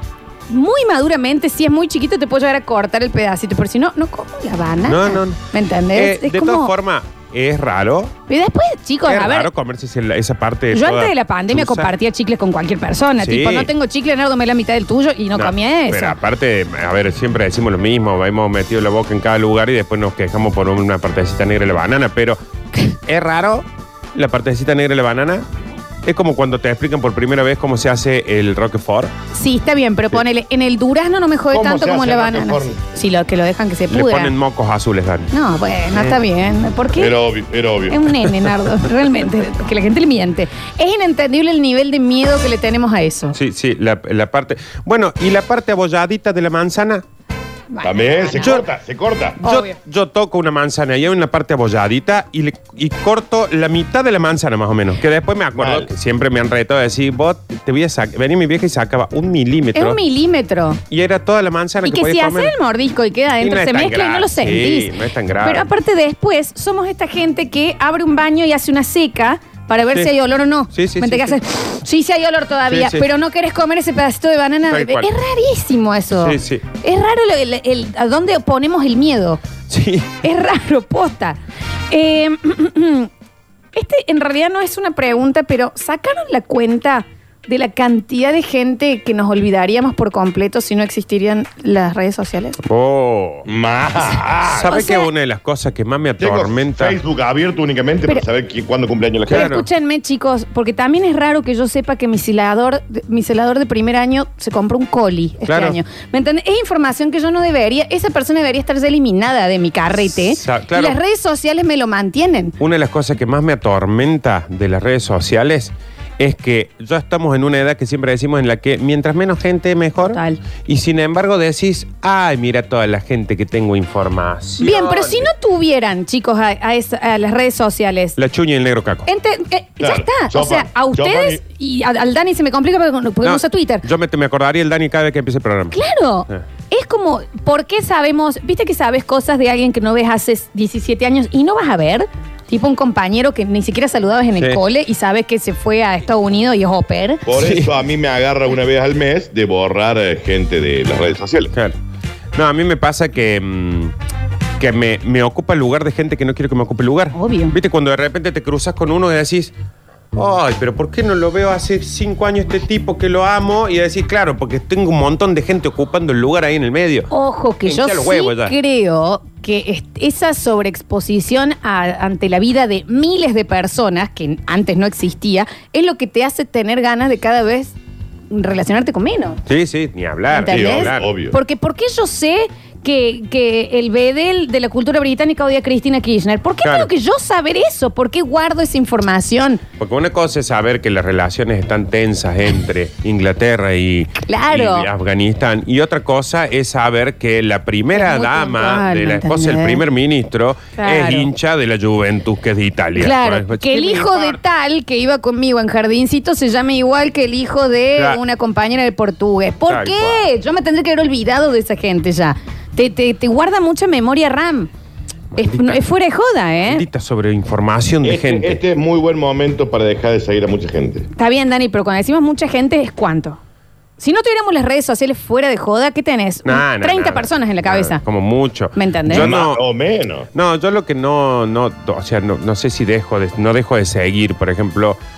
Speaker 1: muy maduramente, si es muy chiquito, te puedo llegar a cortar el pedacito, pero si no, no como la banana.
Speaker 4: No, no, no.
Speaker 1: ¿Me entendés?
Speaker 4: Eh,
Speaker 1: es
Speaker 4: de
Speaker 1: como...
Speaker 4: todas formas, es raro.
Speaker 1: Y después, chicos,
Speaker 4: es
Speaker 1: a ver.
Speaker 4: raro comerse esa- esa parte.
Speaker 1: Yo
Speaker 4: toda
Speaker 1: antes de la pandemia
Speaker 4: chusa.
Speaker 1: compartía chicles con cualquier persona.
Speaker 4: Sí.
Speaker 1: Tipo, no tengo chicle, Nardo, me la mitad del tuyo y no, comía eso.
Speaker 4: Pero aparte, a ver, siempre decimos lo mismo, hemos metido la boca en cada lugar y después nos quejamos por una partecita negra de la banana, pero es raro la partecita negra de la banana. Es como cuando te explican por primera vez cómo se hace el Roquefort.
Speaker 1: Sí, está bien, pero ponele, en el durazno no me jode
Speaker 3: ¿Cómo
Speaker 1: tanto
Speaker 3: se
Speaker 1: como en
Speaker 3: hace
Speaker 1: la
Speaker 3: el
Speaker 1: banana.
Speaker 3: Roquefort?
Speaker 1: Sí, lo que lo dejan que se
Speaker 4: Le
Speaker 1: pudra.
Speaker 4: ponen mocos azules, Dani.
Speaker 1: No, bueno, está bien. ¿Por qué?
Speaker 3: Era obvio, era obvio.
Speaker 1: Es un nene, Nardo, realmente, que la gente le miente. Es inentendible el nivel de miedo que le tenemos a eso.
Speaker 4: Sí, sí, la, la parte... Bueno, y la parte abolladita de la manzana.
Speaker 3: También se
Speaker 1: Yo-
Speaker 3: corta, se corta.
Speaker 4: Yo,
Speaker 1: Obvio.
Speaker 4: yo toco una manzana y hay una parte abolladita y, le- y corto la mitad de la manzana más o menos. Que después me acuerdo
Speaker 3: Mal.
Speaker 4: que siempre me han retado a decir, vos te voy a sacar. Venía mi vieja y sacaba un
Speaker 1: Es
Speaker 4: milímetro.
Speaker 1: un milímetro.
Speaker 4: Y era toda la manzana
Speaker 1: Y
Speaker 4: que,
Speaker 1: que
Speaker 4: podías
Speaker 1: si
Speaker 4: comer.
Speaker 1: haces el mordisco y queda adentro,
Speaker 4: Y no es
Speaker 1: se
Speaker 4: tan
Speaker 1: mezcla y no
Speaker 4: grave.
Speaker 1: lo sentís.
Speaker 4: Sí, no es tan grave.
Speaker 1: Pero aparte después, somos esta gente que abre un baño y hace una seca para ver
Speaker 4: Sí.
Speaker 1: si hay olor o no.
Speaker 4: Sí, sí,
Speaker 1: Mente
Speaker 4: sí,
Speaker 1: que
Speaker 4: sí.
Speaker 1: haces, sí, sí hay olor todavía,
Speaker 4: Sí, sí.
Speaker 1: pero no querés comer ese pedacito de banana.
Speaker 4: Tal
Speaker 1: Es
Speaker 4: cual.
Speaker 1: rarísimo eso.
Speaker 4: Sí, sí.
Speaker 1: Es raro lo- el- el- a dónde ponemos el miedo.
Speaker 4: Sí.
Speaker 1: Es raro, posta. Eh, este en realidad no es una pregunta, pero ¿sacaron la cuenta de la cantidad de gente que nos olvidaríamos por completo si no existirían las redes sociales?
Speaker 4: Oh.
Speaker 3: Más.
Speaker 4: ¿Sabes
Speaker 1: o
Speaker 4: qué
Speaker 1: sea-
Speaker 4: es una de las cosas que más me
Speaker 3: Tengo
Speaker 4: atormenta?
Speaker 3: Facebook abierto únicamente
Speaker 1: Pero-
Speaker 3: para saber qui- cuándo cumpleaños la
Speaker 1: Pero
Speaker 3: gente.
Speaker 4: Claro.
Speaker 1: escúchenme, chicos, porque también es raro que yo sepa que mi celador, de- mi celador de primer año se compró un coli este
Speaker 4: Claro.
Speaker 1: año. ¿Me entiendes? Es información que yo no debería, esa persona debería estar ya eliminada de mi carrete.
Speaker 4: Sa- claro.
Speaker 1: Y las redes sociales me lo mantienen.
Speaker 4: Una de las cosas que más me atormenta de las redes sociales es que ya estamos en una edad que siempre decimos en la que mientras menos gente mejor.
Speaker 1: Total.
Speaker 4: Y sin embargo decís, ay, mira toda la gente que tengo información.
Speaker 1: Bien, pero si no tuvieran, chicos, a, a esa- a las redes sociales.
Speaker 4: La chuña y el negro caco.
Speaker 1: ente- eh,
Speaker 3: Claro,
Speaker 1: ya está.
Speaker 3: yo
Speaker 1: o sea,
Speaker 3: pan-
Speaker 1: a
Speaker 3: yo
Speaker 1: ustedes
Speaker 3: pan
Speaker 1: y a- al Dani se me complica porque porque no usa Twitter.
Speaker 4: Yo me, me acordaría el Dani cada vez que empiece el programa.
Speaker 1: Claro.
Speaker 4: Eh.
Speaker 1: Es como, ¿por qué sabemos? ¿Viste que sabes cosas de alguien que no ves hace diecisiete años y no vas a ver? Tipo un compañero que ni siquiera saludabas en el
Speaker 4: Sí.
Speaker 1: cole y sabes que se fue a Estados Unidos y es au pair.
Speaker 3: Por
Speaker 4: Sí.
Speaker 3: eso a mí me agarra una vez al mes de borrar eh, gente de las redes sociales.
Speaker 4: Claro. No, a mí me pasa que, mm, que me, me ocupa el lugar de gente que no quiero que me ocupe el lugar.
Speaker 1: Obvio.
Speaker 4: Viste, cuando de repente te cruzas con uno y decís, ay, pero ¿por qué no lo veo hace cinco años este tipo que lo amo? Y decís, claro, porque tengo un montón de gente ocupando el lugar ahí en el medio.
Speaker 1: Ojo, que yo
Speaker 4: Hincha los
Speaker 1: sí
Speaker 4: huevos ya.
Speaker 1: creo que est- esa sobreexposición a- ante la vida de miles de personas, que antes no existía, es lo que te hace tener ganas de cada vez relacionarte con menos.
Speaker 4: Sí, sí, ni hablar.
Speaker 3: Sí,
Speaker 1: ¿Entendés?
Speaker 4: ni hablar.
Speaker 3: obvio.
Speaker 1: Porque, ¿por qué yo sé que, que el bedel de la cultura británica odia a Cristina Kirchner? ¿Por qué
Speaker 4: Claro.
Speaker 1: tengo que yo saber eso? ¿Por qué guardo esa información?
Speaker 4: Porque una cosa es saber que las relaciones están tensas entre Inglaterra y,
Speaker 1: Claro.
Speaker 4: y Afganistán. Y otra cosa es saber que la primera
Speaker 1: Es muy
Speaker 4: dama
Speaker 1: puntual,
Speaker 4: de la
Speaker 1: ¿me
Speaker 4: esposa del
Speaker 1: entendés?
Speaker 4: primer ministro
Speaker 1: Claro.
Speaker 4: es hincha de la Juventus, que es de Italia.
Speaker 1: Claro,
Speaker 4: Pues,
Speaker 1: que el
Speaker 4: ¿qué me
Speaker 1: hijo de
Speaker 4: importa?
Speaker 1: tal que iba conmigo en Jardincito se llame igual que el hijo de
Speaker 4: Claro.
Speaker 1: una compañera de portugués. ¿Por
Speaker 4: Tal
Speaker 1: qué?
Speaker 4: cual.
Speaker 1: Yo me tendré que haber olvidado de esa gente ya. Te, te- te guarda mucha memoria RAM. Es,
Speaker 4: Maldita.
Speaker 1: es fuera de joda, ¿eh?
Speaker 4: Maldita sobre información de
Speaker 3: Este,
Speaker 4: gente.
Speaker 3: este es muy buen momento para dejar de seguir a mucha gente.
Speaker 1: Está bien, Dani, pero cuando decimos mucha gente, ¿es cuánto? Si no tuviéramos las redes sociales fuera de joda, ¿qué tenés?
Speaker 4: Nah, nah,
Speaker 1: treinta
Speaker 4: nah,
Speaker 1: personas en la
Speaker 4: nah,
Speaker 1: cabeza.
Speaker 4: como mucho.
Speaker 1: ¿Me entendés?
Speaker 4: Yo
Speaker 3: Más
Speaker 4: no,
Speaker 3: o menos.
Speaker 4: no, yo lo que no, no, o sea, no, no sé si dejo de, no dejo de seguir, por ejemplo,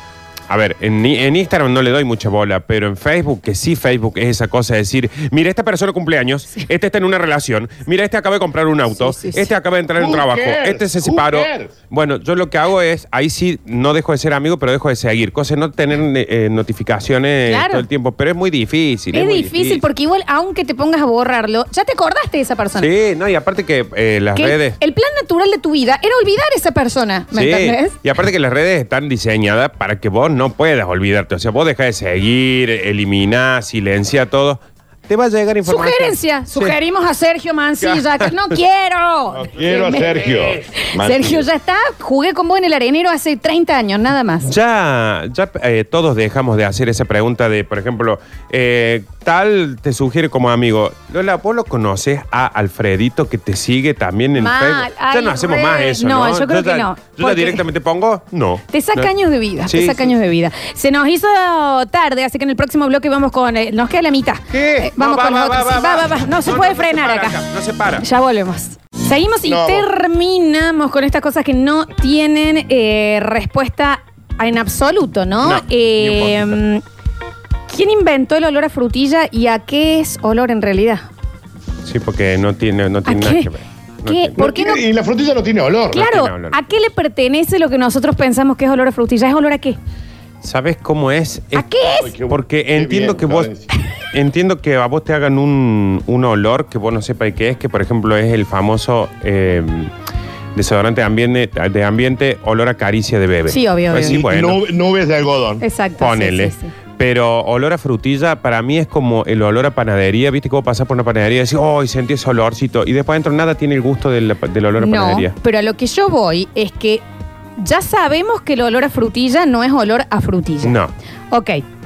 Speaker 4: a ver, en, en Instagram no le doy mucha bola, pero en Facebook, que sí, Facebook es esa cosa de decir, mira, esta persona cumpleaños, sí. este está en una relación, mira, este acaba de comprar un auto, sí, sí, sí. este acaba de entrar en un trabajo, cares? este se separó. Bueno, yo lo que hago es, ahí sí, no dejo de ser amigo, pero dejo de seguir, cosa de no tener eh, notificaciones claro. todo el tiempo, pero es muy difícil.
Speaker 1: Es,
Speaker 4: es muy
Speaker 1: difícil,
Speaker 4: difícil
Speaker 1: porque igual, aunque te pongas a borrarlo, ya te acordaste de esa persona.
Speaker 4: Sí, no, y aparte que eh, las
Speaker 1: que
Speaker 4: redes...
Speaker 1: El, el plan natural de tu vida era olvidar a esa persona, ¿me
Speaker 4: sí.
Speaker 1: entendés?
Speaker 4: Y aparte que las redes están diseñadas para que vos no puedas olvidarte. O sea, vos dejás de seguir, eliminar, silenciar todo. Te va a llegar información.
Speaker 1: Sugerencia. Sí. Sugerimos a Sergio Mancilla. Que no quiero.
Speaker 3: No quiero a Sergio.
Speaker 1: Sergio ya está. Jugué con vos en el arenero hace treinta años, nada más.
Speaker 4: Ya, ya eh, todos dejamos de hacer esa pregunta de, por ejemplo, eh, tal te sugiere como amigo. Lola, ¿vos lo conoces a Alfredito que te sigue también en
Speaker 1: Mal.
Speaker 4: Facebook? Ya
Speaker 1: Ay,
Speaker 4: no hacemos
Speaker 1: re.
Speaker 4: más eso, ¿no?
Speaker 1: No, yo creo
Speaker 4: yo
Speaker 1: que
Speaker 4: ya,
Speaker 1: no.
Speaker 4: Yo ya directamente pongo, no.
Speaker 1: Te saca
Speaker 4: no.
Speaker 1: años de vida.
Speaker 4: Sí,
Speaker 1: te saca
Speaker 4: sí.
Speaker 1: años de vida. Se nos hizo tarde, así que en el próximo bloque vamos con... Eh, nos queda la mitad.
Speaker 4: ¿Qué?
Speaker 1: Eh, vamos
Speaker 4: No, va,
Speaker 1: con
Speaker 4: va,
Speaker 1: los otros.
Speaker 4: va, va,
Speaker 1: Va, va, va. No se
Speaker 4: no,
Speaker 1: puede
Speaker 4: no,
Speaker 1: frenar
Speaker 4: no se para
Speaker 1: acá.
Speaker 4: acá. No se para.
Speaker 1: Ya volvemos. Seguimos y
Speaker 3: No.
Speaker 1: terminamos con estas cosas que no tienen eh, respuesta en absoluto, ¿no?
Speaker 4: No,
Speaker 1: eh,
Speaker 4: ni un
Speaker 1: ¿Quién inventó el olor a frutilla y a qué es olor en realidad?
Speaker 4: Sí, porque no tiene, no tiene
Speaker 1: ¿A
Speaker 4: nada
Speaker 1: qué?
Speaker 4: que ver. No
Speaker 1: ¿Qué?
Speaker 4: tiene-
Speaker 1: ¿Por
Speaker 3: No
Speaker 1: qué
Speaker 3: tiene-
Speaker 1: no?
Speaker 3: Y la frutilla no tiene olor.
Speaker 1: Claro,
Speaker 4: tiene olor.
Speaker 1: ¿a qué le pertenece lo que nosotros pensamos que es olor a frutilla? ¿Es olor a qué?
Speaker 4: ¿Sabes cómo es?
Speaker 1: ¿A
Speaker 4: Es-
Speaker 1: qué
Speaker 3: Ay,
Speaker 1: es?
Speaker 3: qué-
Speaker 4: Porque
Speaker 3: qué
Speaker 4: entiendo
Speaker 3: bien,
Speaker 4: que vos
Speaker 3: Florencia.
Speaker 4: entiendo que a vos te hagan un, un olor que vos no sepas qué es, que por ejemplo es el famoso eh, desodorante de ambiente, de ambiente olor a caricia de bebé.
Speaker 1: Sí, obvio,
Speaker 4: Pues
Speaker 1: obvio.
Speaker 4: sí, bueno,
Speaker 3: Nube- nubes de algodón.
Speaker 1: Exacto. sí,
Speaker 4: ponele.
Speaker 1: sí, sí.
Speaker 4: Pero olor a frutilla para mí es como el olor a panadería. ¿Viste que vos pasás por una panadería y decís, oh, sentí ese olorcito? Y después dentro nada tiene el gusto del, del olor a
Speaker 1: No,
Speaker 4: panadería.
Speaker 1: pero a lo que yo voy es que ya sabemos que el olor a frutilla no es olor a frutilla.
Speaker 4: No.
Speaker 1: Ok.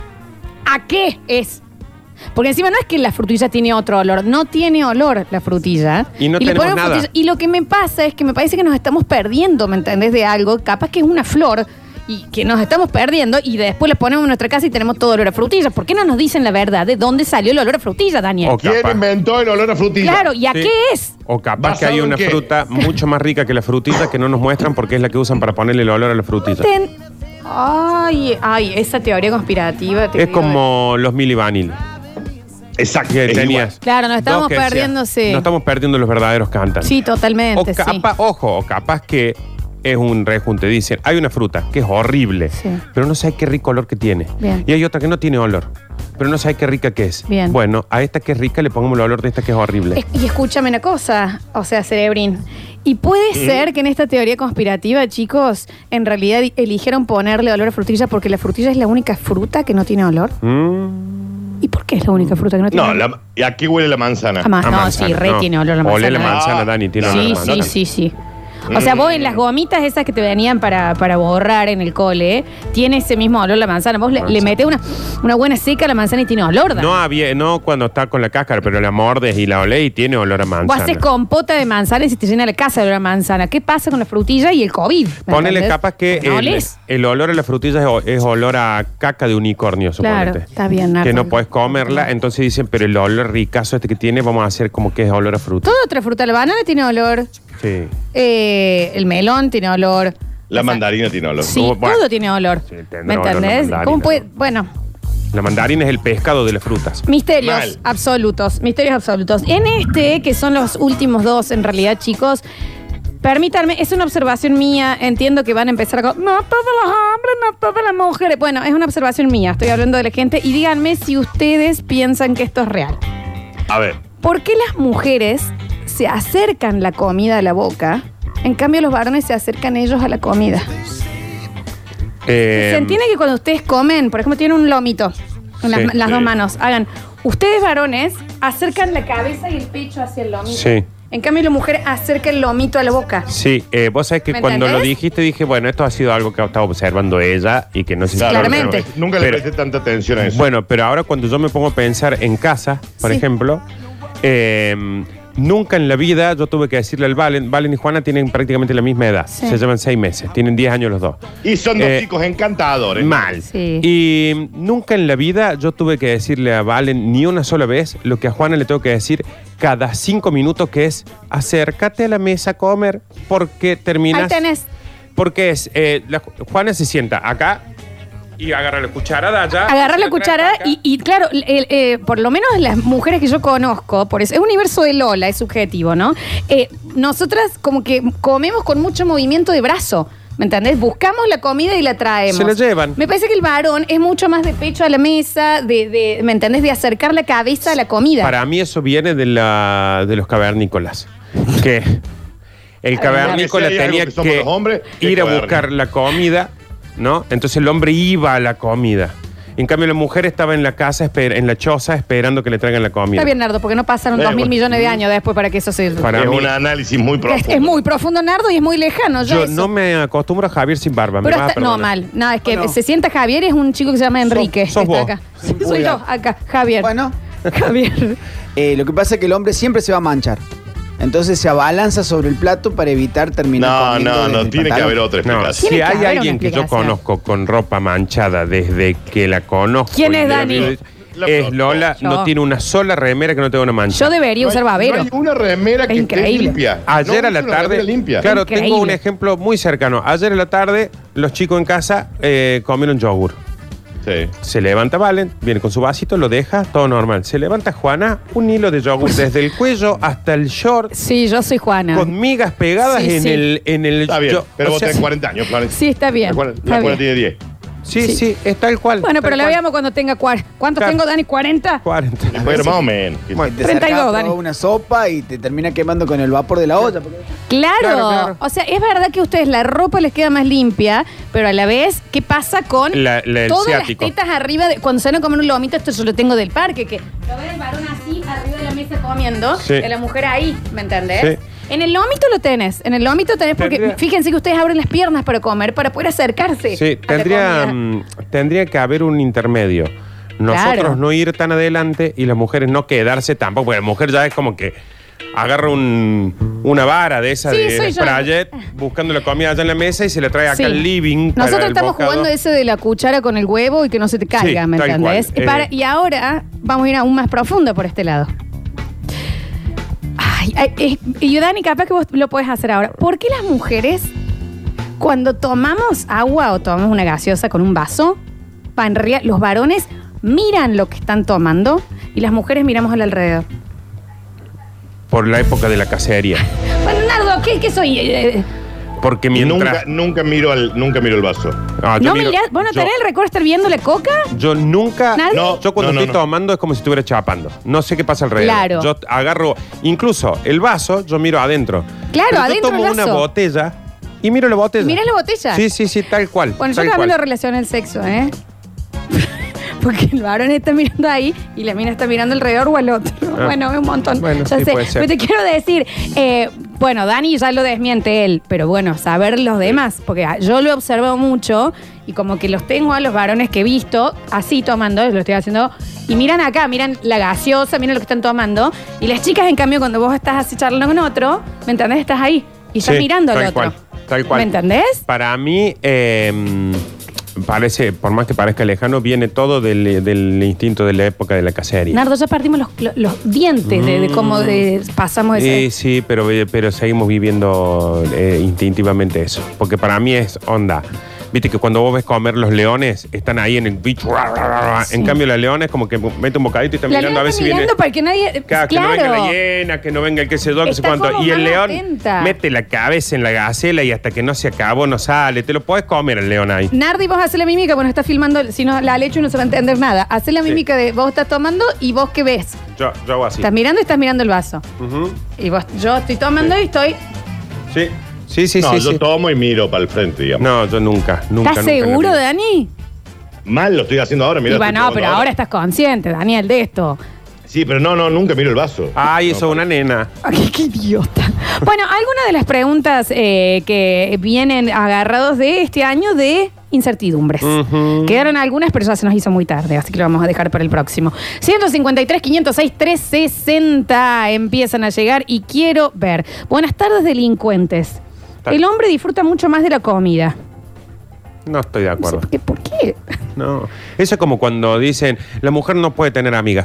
Speaker 1: ¿A qué es? Porque encima no es que la frutilla tiene otro olor, no tiene olor la frutilla.
Speaker 4: Y no
Speaker 1: le
Speaker 4: tenemos
Speaker 1: ponemos
Speaker 4: nada.
Speaker 1: frutilla. Y lo que me pasa es que me parece que nos estamos perdiendo, ¿me entendés? De algo, capaz que es una flor y que nos estamos perdiendo y después la ponemos en nuestra casa y tenemos todo olor a frutilla. ¿Por qué no nos dicen la verdad de dónde salió el olor a frutilla, Daniel?
Speaker 4: Ok.
Speaker 3: ¿Quién
Speaker 4: Capaz.
Speaker 3: inventó el olor a frutilla?
Speaker 1: Claro, ¿y a
Speaker 4: Sí.
Speaker 1: qué es?
Speaker 4: O capaz que
Speaker 3: ¿Basado
Speaker 4: hay
Speaker 3: en
Speaker 4: una
Speaker 3: qué?
Speaker 4: fruta mucho más rica que la frutilla que no nos muestran porque es la que usan para ponerle el olor a la frutilla.
Speaker 1: Ten- Ay, ay, esa teoría conspirativa. te
Speaker 4: Es
Speaker 1: digo.
Speaker 4: como los mili vanille
Speaker 3: Exacto.
Speaker 4: que
Speaker 3: es
Speaker 4: tenías.
Speaker 1: Claro, nos estamos
Speaker 4: Dos que decían,
Speaker 1: perdiendo, sí.
Speaker 4: Nos estamos perdiendo los verdaderos cantantes.
Speaker 1: Sí, totalmente,
Speaker 4: O
Speaker 1: sí.
Speaker 4: capa- Ojo, o capaz que es un rejunte. Dicen, hay una fruta que es horrible,
Speaker 1: Sí.
Speaker 4: pero no sabes qué rico olor que tiene.
Speaker 1: Bien.
Speaker 4: Y hay otra que no tiene olor, pero no sabes qué rica que es.
Speaker 1: Bien.
Speaker 4: Bueno, a esta que es rica le pongamos el olor de esta que es horrible.
Speaker 1: Es- y escúchame una cosa, o sea, Cerebrín. Y puede ser que en esta teoría conspirativa, chicos, en realidad eligieron ponerle olor a frutilla porque la frutilla es la única fruta que no tiene olor.
Speaker 4: Mm,
Speaker 1: ¿Y por qué es la única fruta que no tiene
Speaker 3: No,
Speaker 1: olor?
Speaker 3: la- ¿y a qué huele la manzana?
Speaker 1: Ah, ma-
Speaker 4: a
Speaker 1: no,
Speaker 4: manzana,
Speaker 1: sí, re
Speaker 4: no.
Speaker 1: tiene olor a manzana.
Speaker 4: Olé la manzana,
Speaker 3: Ah,
Speaker 4: Dani, tiene
Speaker 3: no,
Speaker 4: olor a
Speaker 1: Sí,
Speaker 4: manzana.
Speaker 1: sí, sí, sí. O sea, vos en las gomitas esas que te venían para, para borrar en el cole, tiene ese mismo olor la manzana. Vos le,
Speaker 4: Manzana.
Speaker 1: le metés una, una buena seca a la manzana y tiene olor, Dani.
Speaker 4: No había, no cuando está con la cáscara, pero la mordes y la olés y tiene olor a
Speaker 1: Vos
Speaker 4: manzana.
Speaker 1: haces compota de manzana y se te llena la casa de olor a manzana. ¿Qué pasa con la frutilla y el COVID? ¿Me
Speaker 4: Ponele
Speaker 1: entendés?
Speaker 4: capaz que
Speaker 1: ¿No
Speaker 4: el,
Speaker 1: olés?
Speaker 4: el olor a la frutilla es, o- es olor a caca de unicornio,
Speaker 1: Claro,
Speaker 4: suponete.
Speaker 1: está bien, Nardo.
Speaker 4: Que no puedes comerla, entonces dicen, pero el olor ricazo este que tiene, vamos a hacer como que es olor a fruta.
Speaker 1: Toda otra fruta. La banana tiene olor.
Speaker 4: Sí.
Speaker 1: eh, el melón tiene olor.
Speaker 3: La
Speaker 1: O sea,
Speaker 3: mandarina tiene olor.
Speaker 1: Sí,
Speaker 4: Bueno.
Speaker 1: todo tiene olor.
Speaker 4: Sí, tendrá
Speaker 1: ¿Me
Speaker 4: olor la
Speaker 1: entendés?
Speaker 4: mandarina,
Speaker 1: ¿Cómo puede?
Speaker 4: ¿no?
Speaker 1: Bueno,
Speaker 4: La mandarina es el pescado de las frutas.
Speaker 1: misterios
Speaker 3: Mal.
Speaker 1: absolutos. Misterios absolutos. En este, que son los últimos dos, en realidad, chicos. Permítanme, es una observación mía. Entiendo que van a empezar a... co- No todos los hombres, no todas las mujeres. Bueno, es una observación mía. Estoy hablando de la gente. Y díganme si ustedes piensan que esto es real.
Speaker 3: A ver.
Speaker 1: ¿Por qué las mujeres se acercan la comida a la boca? En cambio, los varones se acercan ellos a la comida.
Speaker 4: Eh,
Speaker 1: ¿Se entiende que cuando ustedes comen, por ejemplo, tienen un lomito en las,
Speaker 4: Sí.
Speaker 1: las
Speaker 3: Sí.
Speaker 1: dos manos, hagan, ustedes varones acercan la cabeza y el pecho hacia el lomito.
Speaker 4: Sí.
Speaker 1: En cambio, la mujer acerca el lomito a la boca.
Speaker 4: Sí, eh, vos sabés que
Speaker 1: ¿Me
Speaker 4: cuando lo
Speaker 1: entendés?
Speaker 4: dijiste dije, bueno, esto ha sido algo que ha estado observando ella y que no sé si...
Speaker 3: Claro,
Speaker 1: Claramente.
Speaker 3: pero Nunca le
Speaker 4: Pero-
Speaker 3: presté tanta atención a eso.
Speaker 4: Bueno, pero ahora cuando yo me pongo a pensar en casa, por
Speaker 1: Sí.
Speaker 4: ejemplo, eh, nunca en la vida yo tuve que decirle al Valen, Valen y Juana tienen prácticamente la misma edad,
Speaker 1: Sí.
Speaker 4: se llevan seis meses, tienen diez años los dos.
Speaker 3: y son dos
Speaker 4: eh,
Speaker 3: chicos encantadores.
Speaker 4: Mal.
Speaker 1: Sí.
Speaker 4: Y nunca en la vida yo tuve que decirle a Valen ni una sola vez lo que a Juana le tengo que decir cada cinco minutos, que es acércate a la mesa a comer porque terminas...
Speaker 1: Ahí tenés.
Speaker 4: Porque es, eh, la- Juana se sienta acá Y agarra la cucharada allá.
Speaker 1: Agarrar la
Speaker 4: se trae
Speaker 1: cuchara
Speaker 4: para acá.
Speaker 1: y, y claro, el- eh, por lo menos las mujeres que yo conozco, por eso, es un universo de Lola, es subjetivo, ¿no? Eh, nosotras como que comemos con mucho movimiento de brazo, ¿me entendés? Buscamos la comida y la traemos.
Speaker 4: Se la llevan.
Speaker 1: Me parece que el varón es mucho más de pecho a la mesa, de, de ¿me entendés? De acercar la cabeza a la comida.
Speaker 4: Para mí eso viene de, la, de los cavernícolas. Que el cavernícola
Speaker 3: Si hay algo
Speaker 4: tenía
Speaker 3: que somos
Speaker 4: que
Speaker 3: los hombres, es
Speaker 4: ir a
Speaker 3: cavernícola.
Speaker 4: buscar la comida, ¿no? Entonces el hombre iba a la comida. En cambio la mujer estaba en la casa, esper- en la choza, esperando que le traigan la comida.
Speaker 1: Está bien, Nardo, porque no pasaron
Speaker 3: Eh,
Speaker 1: dos mil
Speaker 3: bueno.
Speaker 1: millones de años después para que eso se...
Speaker 4: Para
Speaker 3: es
Speaker 4: mí-
Speaker 3: un análisis muy
Speaker 1: es,
Speaker 3: profundo.
Speaker 1: es muy profundo, Nardo, y es muy lejano. Ya
Speaker 4: Yo
Speaker 1: eso.
Speaker 4: no me acostumbro a Javier sin barba. me
Speaker 1: Pero
Speaker 4: vas a
Speaker 1: está- no,
Speaker 4: perdonar.
Speaker 1: mal. No, es que
Speaker 5: Bueno.
Speaker 1: se sienta Javier, es un chico que se llama Enrique.
Speaker 4: sos
Speaker 1: que está
Speaker 4: vos.
Speaker 1: acá. Soy yo, acá, Javier.
Speaker 5: Bueno,
Speaker 1: Javier.
Speaker 5: eh, lo que pasa es que el hombre siempre se va a manchar. Entonces se abalanza sobre el plato para evitar terminar
Speaker 3: No,
Speaker 5: comiendo
Speaker 3: no,
Speaker 5: desde
Speaker 3: no,
Speaker 5: el
Speaker 3: tiene que
Speaker 5: pantalón.
Speaker 3: haber otra
Speaker 4: No,
Speaker 3: explicación.
Speaker 4: si
Speaker 1: Tiene que
Speaker 4: hay
Speaker 1: haber una
Speaker 4: alguien que yo
Speaker 1: explicación.
Speaker 4: conozco con ropa manchada desde que la conozco.
Speaker 1: ¿Quién
Speaker 4: y
Speaker 1: es
Speaker 4: de-
Speaker 1: Dani?
Speaker 3: La
Speaker 4: Es
Speaker 3: flor.
Speaker 4: Lola,
Speaker 1: Yo.
Speaker 4: no tiene una sola remera que no tenga una mancha.
Speaker 1: Yo debería
Speaker 3: No hay-
Speaker 1: usar babero.
Speaker 3: No hay una remera que
Speaker 1: Es
Speaker 3: esté
Speaker 1: increíble.
Speaker 3: limpia.
Speaker 4: Ayer
Speaker 3: No
Speaker 4: a la
Speaker 3: usa una
Speaker 4: tarde,
Speaker 3: remera limpia.
Speaker 4: claro,
Speaker 1: Increíble.
Speaker 4: tengo un ejemplo muy cercano. Ayer a la tarde, los chicos en casa eh, comieron yogur.
Speaker 3: Sí.
Speaker 4: Se levanta Valen, viene con su vasito, lo deja, todo normal. Se levanta Juana, un hilo de yogur desde el cuello hasta el short,
Speaker 1: Sí, yo soy Juana.
Speaker 4: con migas pegadas
Speaker 1: Sí,
Speaker 4: en,
Speaker 1: sí.
Speaker 4: El, en el
Speaker 3: Está bien,
Speaker 4: yo-
Speaker 3: pero
Speaker 4: o
Speaker 3: vos
Speaker 4: sea,
Speaker 3: tenés cuarenta años, Florencia.
Speaker 1: Sí, está bien.
Speaker 3: La Juana,
Speaker 1: está
Speaker 3: la Juana
Speaker 1: bien.
Speaker 3: tiene diez.
Speaker 4: Sí,
Speaker 1: Sí.
Speaker 4: sí, es tal cual.
Speaker 1: Bueno, pero
Speaker 4: tal
Speaker 1: la
Speaker 4: cual.
Speaker 1: veamos cuando tenga cuarenta. ¿Cuántos
Speaker 4: Claro.
Speaker 1: tengo, Dani? ¿cuarenta?
Speaker 4: cuarenta.
Speaker 3: Pero más o menos.
Speaker 4: Bueno,
Speaker 5: Te
Speaker 1: treinta y dos,
Speaker 5: acercás,
Speaker 1: Dani.
Speaker 5: probás una sopa y te termina quemando con el vapor de la olla. porque-
Speaker 1: Claro.
Speaker 4: Claro, claro.
Speaker 1: O sea, es verdad que a ustedes la ropa les queda más limpia, pero a la vez, ¿qué pasa con
Speaker 4: La- la- el
Speaker 1: todas
Speaker 4: ciático.
Speaker 1: las tetas arriba? De, cuando se van a comer un lomito, esto yo lo tengo del parque, que lo ve el varón así, arriba de la mesa comiendo,
Speaker 4: Sí.
Speaker 1: de la mujer ahí, ¿me entendés?
Speaker 4: Sí.
Speaker 1: En el lomito lo tenés, en el lomito tenés porque
Speaker 4: Tendría-
Speaker 1: fíjense que ustedes abren las piernas para comer, para poder acercarse.
Speaker 4: Sí,
Speaker 1: a la
Speaker 4: tendría,
Speaker 1: comida.
Speaker 4: mm, tendría que haber un intermedio. Nosotros
Speaker 1: Claro.
Speaker 4: no ir tan adelante y las mujeres no quedarse tampoco, porque la mujer ya es como que agarra un, una vara de esa
Speaker 1: Sí,
Speaker 4: de
Speaker 1: soy yo.
Speaker 4: Sprayet buscando la comida allá en la mesa y se la trae acá
Speaker 1: Sí.
Speaker 4: al living. para
Speaker 1: Nosotros
Speaker 4: el
Speaker 1: estamos
Speaker 4: bocado.
Speaker 1: jugando ese de la cuchara con el huevo y que no se te caiga,
Speaker 4: Sí,
Speaker 1: ¿me
Speaker 4: tal
Speaker 1: entendés?
Speaker 4: cual.
Speaker 1: Y, para-
Speaker 4: Eh.
Speaker 1: y ahora vamos a ir aún más profundo por este lado. Ay, ay, eh, y yo, Dani, capaz que vos lo podés hacer ahora. ¿Por qué las mujeres, cuando tomamos agua o tomamos una gaseosa con un vaso, pa, en realidad los varones miran lo que están tomando y las mujeres miramos al alrededor?
Speaker 4: Por la época de la cacería.
Speaker 1: Bueno, Nardo, ¿qué, qué soy? Eh,
Speaker 4: Porque
Speaker 3: Y
Speaker 4: mientras.
Speaker 3: nunca, nunca miro al, nunca miro el vaso.
Speaker 4: Ah, yo
Speaker 1: ¿No
Speaker 4: miro-
Speaker 1: mirás? ¿Vos no
Speaker 4: yo-
Speaker 1: tenés el recuerdo de estar viendo la coca?
Speaker 4: Yo nunca.
Speaker 1: ¿Nadie?
Speaker 3: No,
Speaker 4: Yo cuando
Speaker 3: no, no,
Speaker 4: estoy
Speaker 3: no.
Speaker 4: tomando es como si estuviera chapando. No sé qué pasa alrededor.
Speaker 1: Claro.
Speaker 4: Yo agarro, incluso el vaso, yo miro adentro.
Speaker 1: Claro,
Speaker 4: Pero
Speaker 1: adentro
Speaker 4: Yo tomo
Speaker 1: el
Speaker 4: una
Speaker 1: vaso.
Speaker 4: botella y miro la botella.
Speaker 1: ¿Y mirás la botella?
Speaker 4: Sí, sí, sí, tal cual.
Speaker 1: Bueno, yo
Speaker 4: tal
Speaker 1: también
Speaker 4: cual.
Speaker 1: lo relaciono el sexo, ¿eh? Porque el varón está mirando ahí y la mina está mirando alrededor o al otro.
Speaker 4: Ah.
Speaker 1: Bueno, es un montón.
Speaker 4: Bueno,
Speaker 1: ya
Speaker 4: sí,
Speaker 1: sé.
Speaker 4: puede ser.
Speaker 1: Pero te quiero decir, eh, bueno, Dani ya lo desmiente él, pero bueno, saber los demás, porque yo lo he observado mucho y como que los tengo a los varones que he visto así tomando, lo estoy haciendo, y miran acá, miran la gaseosa, miran lo que están tomando, y las chicas, en cambio, cuando vos estás así charlando con otro, ¿me entendés? Estás ahí y estás
Speaker 4: Sí,
Speaker 1: mirando al
Speaker 4: tal
Speaker 1: otro.
Speaker 4: cual, tal cual.
Speaker 1: ¿Me entendés?
Speaker 4: Para mí, eh, parece, por más que parezca lejano, viene todo del, del instinto de la época de la cacería.
Speaker 1: Nardo, ya partimos los, los dientes de, de cómo de- pasamos ese.
Speaker 4: Sí, sí, pero, pero seguimos viviendo eh, instintivamente eso. Porque para mí es onda. Viste que cuando vos ves comer los leones, están ahí en el bicho.
Speaker 1: Sí.
Speaker 4: En cambio, la leona es como que mete un bocadito y está
Speaker 1: La
Speaker 4: mirando
Speaker 1: leona
Speaker 4: a ver
Speaker 1: está
Speaker 4: si viene.
Speaker 1: mirando para que nadie.
Speaker 4: Claro, que no venga la hiena, que no venga el que se yo, que sé
Speaker 1: Está
Speaker 4: cuánto.
Speaker 1: como
Speaker 4: Y el
Speaker 1: más
Speaker 4: león
Speaker 1: atenta.
Speaker 4: mete la cabeza en la gacela y hasta que no se acabó no sale. Te lo podés comer el león ahí.
Speaker 1: Nardi, vos haces la mímica, bueno, está filmando, si no la leche no se va a entender nada. Haces la
Speaker 4: Sí.
Speaker 1: mímica de vos estás tomando y vos qué ves.
Speaker 4: Yo, yo hago así.
Speaker 1: Estás mirando y estás mirando el vaso.
Speaker 4: Ujú.
Speaker 1: Y vos, yo estoy tomando
Speaker 4: Sí.
Speaker 1: y estoy.
Speaker 4: Sí, sí, sí.
Speaker 3: no,
Speaker 4: sí,
Speaker 3: yo
Speaker 4: sí.
Speaker 3: tomo y miro para el frente, digamos.
Speaker 4: No, yo nunca, nunca.
Speaker 1: ¿Estás
Speaker 4: nunca en la
Speaker 1: seguro,
Speaker 4: vida.
Speaker 1: Dani?
Speaker 3: Mal lo estoy haciendo ahora, mira.
Speaker 1: Y bueno, pero ahora estás consciente, Daniel, de esto.
Speaker 3: Sí, pero no, no, nunca miro el vaso.
Speaker 4: Ay,
Speaker 3: No,
Speaker 4: eso es una nena.
Speaker 1: Ay, qué idiota. Bueno, algunas de las preguntas eh, que vienen agarrados de este año de incertidumbres.
Speaker 4: Ujú.
Speaker 1: Quedaron algunas, pero ya se nos hizo muy tarde, así que lo vamos a dejar para el próximo. ciento cincuenta y tres, quinientos seis, trescientos sesenta empiezan a llegar y quiero ver. Buenas tardes, delincuentes.
Speaker 4: Tal.
Speaker 1: El hombre disfruta mucho más de la comida.
Speaker 4: No estoy de
Speaker 1: No sé
Speaker 4: acuerdo.
Speaker 1: por qué. ¿Por qué?
Speaker 4: No. Eso es como cuando dicen, la mujer no puede tener amigas.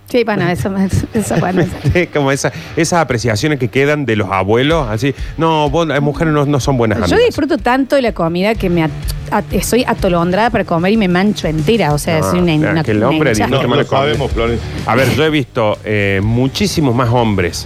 Speaker 1: Sí, bueno, eso, eso bueno.
Speaker 4: Como esa, esas apreciaciones que quedan de los abuelos, así. No, vos, las mujeres no, no son buenas
Speaker 1: Yo
Speaker 4: amigas.
Speaker 1: disfruto tanto de la comida que me at- at- soy atolondrada para comer y me mancho entera. O sea,
Speaker 4: No,
Speaker 1: soy una,
Speaker 4: mira,
Speaker 1: una,
Speaker 4: que el
Speaker 1: una
Speaker 4: hombre
Speaker 1: hincha.
Speaker 4: disfruta
Speaker 3: No,
Speaker 4: más
Speaker 3: lo
Speaker 4: la comida.
Speaker 3: sabemos, Florencia.
Speaker 4: A ver, yo he visto eh, muchísimos más hombres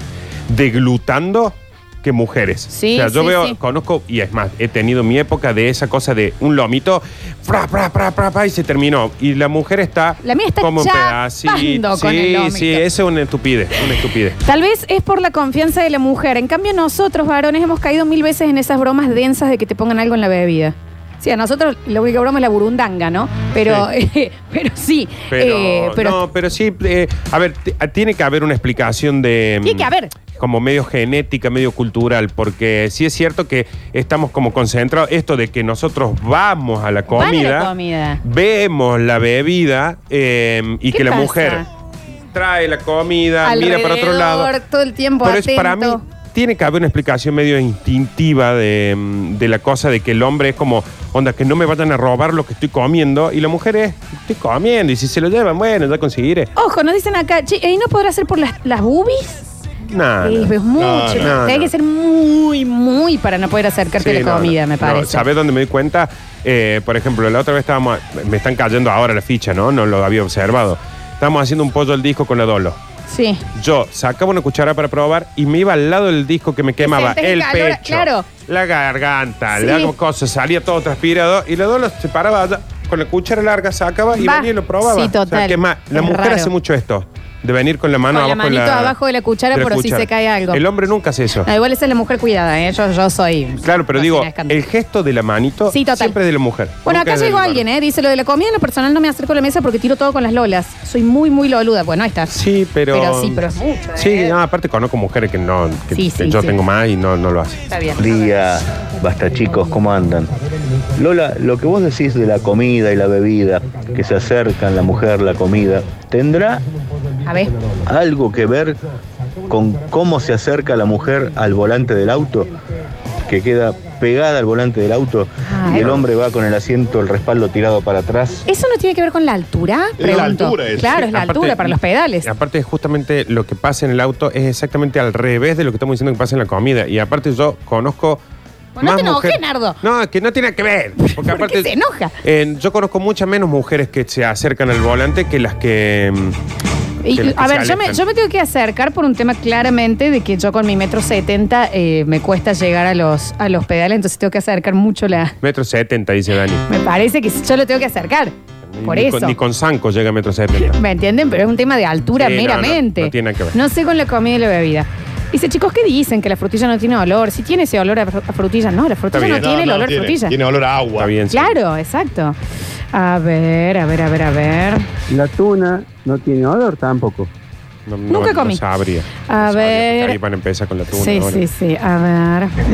Speaker 4: deglutando que mujeres.
Speaker 1: Sí,
Speaker 4: o sea, yo
Speaker 1: sí,
Speaker 4: veo,
Speaker 1: sí.
Speaker 4: conozco, y es más, he tenido mi época de esa cosa de un lomito, fra, fra, fra, fra, fra, y se terminó. Y la mujer está
Speaker 1: La mía está
Speaker 4: como un
Speaker 1: chapando
Speaker 4: pedacito.
Speaker 1: con el
Speaker 4: Sí,
Speaker 1: lomito.
Speaker 4: sí, eso es una estupidez, una estupidez.
Speaker 1: Tal vez es por la confianza de la mujer. En cambio, nosotros, varones, hemos caído mil veces en esas bromas densas de que te pongan algo en la bebida. Sí, a nosotros la única broma es la burundanga, ¿no? Pero sí, eh, pero, sí
Speaker 4: Pero,
Speaker 1: eh, pero
Speaker 4: no, pero sí, eh, a ver, t- tiene que haber una explicación de...
Speaker 1: tiene que haber.
Speaker 4: Como medio genética, medio cultural, porque sí es cierto que estamos como concentrados, esto de que nosotros vamos a la
Speaker 1: Van a la
Speaker 4: comida,
Speaker 1: comida.
Speaker 4: vemos la bebida eh, y
Speaker 1: ¿Qué
Speaker 4: que la
Speaker 1: pasa?
Speaker 4: mujer trae la comida, mira para otro
Speaker 1: Alrededor,
Speaker 4: lado.
Speaker 1: todo el tiempo
Speaker 4: Pero es,
Speaker 1: atento.
Speaker 4: para mí tiene que haber una explicación medio instintiva de, mm, de la cosa de que el hombre es como, onda, que no me vayan a robar lo que estoy comiendo, y la mujer es, estoy comiendo, y si se lo llevan, bueno, ya conseguiré.
Speaker 1: Ojo, nos dicen acá, che, ¿y no podrá ser por las, las boobies?
Speaker 4: Nada.
Speaker 1: Sí, es mucho.
Speaker 3: no,
Speaker 4: no,
Speaker 1: Hay
Speaker 4: no.
Speaker 1: que ser muy, muy para no poder acercarte a la comida, me parece.
Speaker 4: ¿Sabes dónde me di cuenta? Eh, por ejemplo, la otra vez estábamos, me están cayendo ahora la ficha, ¿no? No lo había observado. Estábamos haciendo un pollo al disco con la Dolo.
Speaker 1: Sí.
Speaker 4: Yo sacaba una cuchara para probar y me iba al lado del disco que me quemaba
Speaker 1: sientes el
Speaker 4: el
Speaker 1: calor,
Speaker 4: pecho,
Speaker 1: claro.
Speaker 4: la garganta,
Speaker 1: Sí.
Speaker 4: la cosa, salía todo transpirado y la Dolo se paraba allá, con la cuchara larga, sacaba y
Speaker 1: Va.
Speaker 4: venía y lo probaba.
Speaker 1: Sí,
Speaker 4: O sea,
Speaker 1: total.
Speaker 4: que más, la
Speaker 1: Es
Speaker 4: mujer
Speaker 1: raro.
Speaker 4: hace mucho esto, de venir con la mano
Speaker 1: Con la
Speaker 4: abajo de
Speaker 1: manito abajo de la cuchara
Speaker 4: de la
Speaker 1: por si se cae algo.
Speaker 4: El hombre nunca hace eso.
Speaker 1: No, igual esa es la mujer cuidada, ¿eh? Yo, yo soy.
Speaker 4: Claro, pero digo,
Speaker 1: cocina escándalo.
Speaker 4: el gesto de la manito
Speaker 1: Sí, total.
Speaker 4: siempre es de la mujer.
Speaker 1: Bueno,
Speaker 4: nunca
Speaker 1: acá
Speaker 4: es del
Speaker 1: llegó
Speaker 4: varón.
Speaker 1: alguien, ¿eh? Dice lo de la comida en lo personal no me acerco a la mesa porque tiro todo con las lolas. Soy muy, muy loluda. Bueno, ahí está.
Speaker 4: Sí, pero.
Speaker 1: Pero sí, pero es mucho, ¿eh?
Speaker 4: Sí, no, aparte conozco mujeres que no. Que
Speaker 1: Sí, sí,
Speaker 4: yo
Speaker 1: sí.
Speaker 4: tengo más y no, no lo hacen.
Speaker 1: Está bien.
Speaker 6: Día, basta chicos, ¿cómo andan? Lola, lo que vos decís de la comida y la bebida, que se acercan la mujer, la comida, ¿tendrá
Speaker 1: A ver.
Speaker 6: algo que ver con cómo se acerca la mujer al volante del auto? Que queda pegada al volante del auto
Speaker 1: Ah,
Speaker 6: y el
Speaker 1: eh.
Speaker 6: hombre va con el asiento, el respaldo tirado para atrás.
Speaker 1: ¿Eso no tiene que ver con la altura?
Speaker 3: Es la
Speaker 1: Pregunto.
Speaker 3: altura, es.
Speaker 1: Claro, es la
Speaker 4: Aparte-
Speaker 1: altura para los pedales.
Speaker 4: Aparte, justamente lo que pasa en el auto es exactamente al revés de lo que estamos diciendo que pasa en la comida. Y aparte, yo conozco.
Speaker 1: Bueno, no
Speaker 4: más
Speaker 1: te enojes,
Speaker 4: mujeres-
Speaker 1: Nardo.
Speaker 4: No, que no tiene que ver. Porque
Speaker 1: ¿Por
Speaker 4: aparte.
Speaker 1: qué se enoja?
Speaker 4: eh, yo conozco muchas menos mujeres que se acercan al volante que las que. mm,
Speaker 1: Y,
Speaker 4: que las que
Speaker 1: a
Speaker 4: se
Speaker 1: ver, yo me,
Speaker 4: alejan.
Speaker 1: yo me tengo que acercar por un tema claramente de que yo con mi metro setenta eh, me cuesta llegar a los, a los pedales, entonces tengo que acercar mucho la...
Speaker 4: Metro setenta, dice Dani.
Speaker 1: Me parece que yo lo tengo que acercar. Por
Speaker 4: ni
Speaker 1: eso.
Speaker 4: Con, ni con Zanco llega a metro setenta.
Speaker 1: ¿Me entienden? Pero es un tema de altura
Speaker 4: Sí, no,
Speaker 1: meramente.
Speaker 4: no, no tiene que ver.
Speaker 1: No sé con la comida y la bebida. Dice, chicos, ¿qué dicen? Que la frutilla no tiene olor. Si tiene ese olor a, fr- a frutilla, no, la frutilla
Speaker 4: bien.
Speaker 1: no tiene el olor a
Speaker 3: tiene,
Speaker 1: frutilla.
Speaker 3: tiene olor a agua.
Speaker 4: Está bien. sí.
Speaker 1: Claro, exacto. A ver, a ver, a ver, a ver.
Speaker 7: La tuna no tiene olor tampoco.
Speaker 4: No, no-
Speaker 1: Nunca
Speaker 4: no
Speaker 1: comí.
Speaker 4: sabría.
Speaker 1: A
Speaker 4: No sabría,
Speaker 1: ver.
Speaker 4: porque ahí van a empezar con la tuna.
Speaker 1: Sí,
Speaker 4: ahora.
Speaker 1: sí, sí. A ver.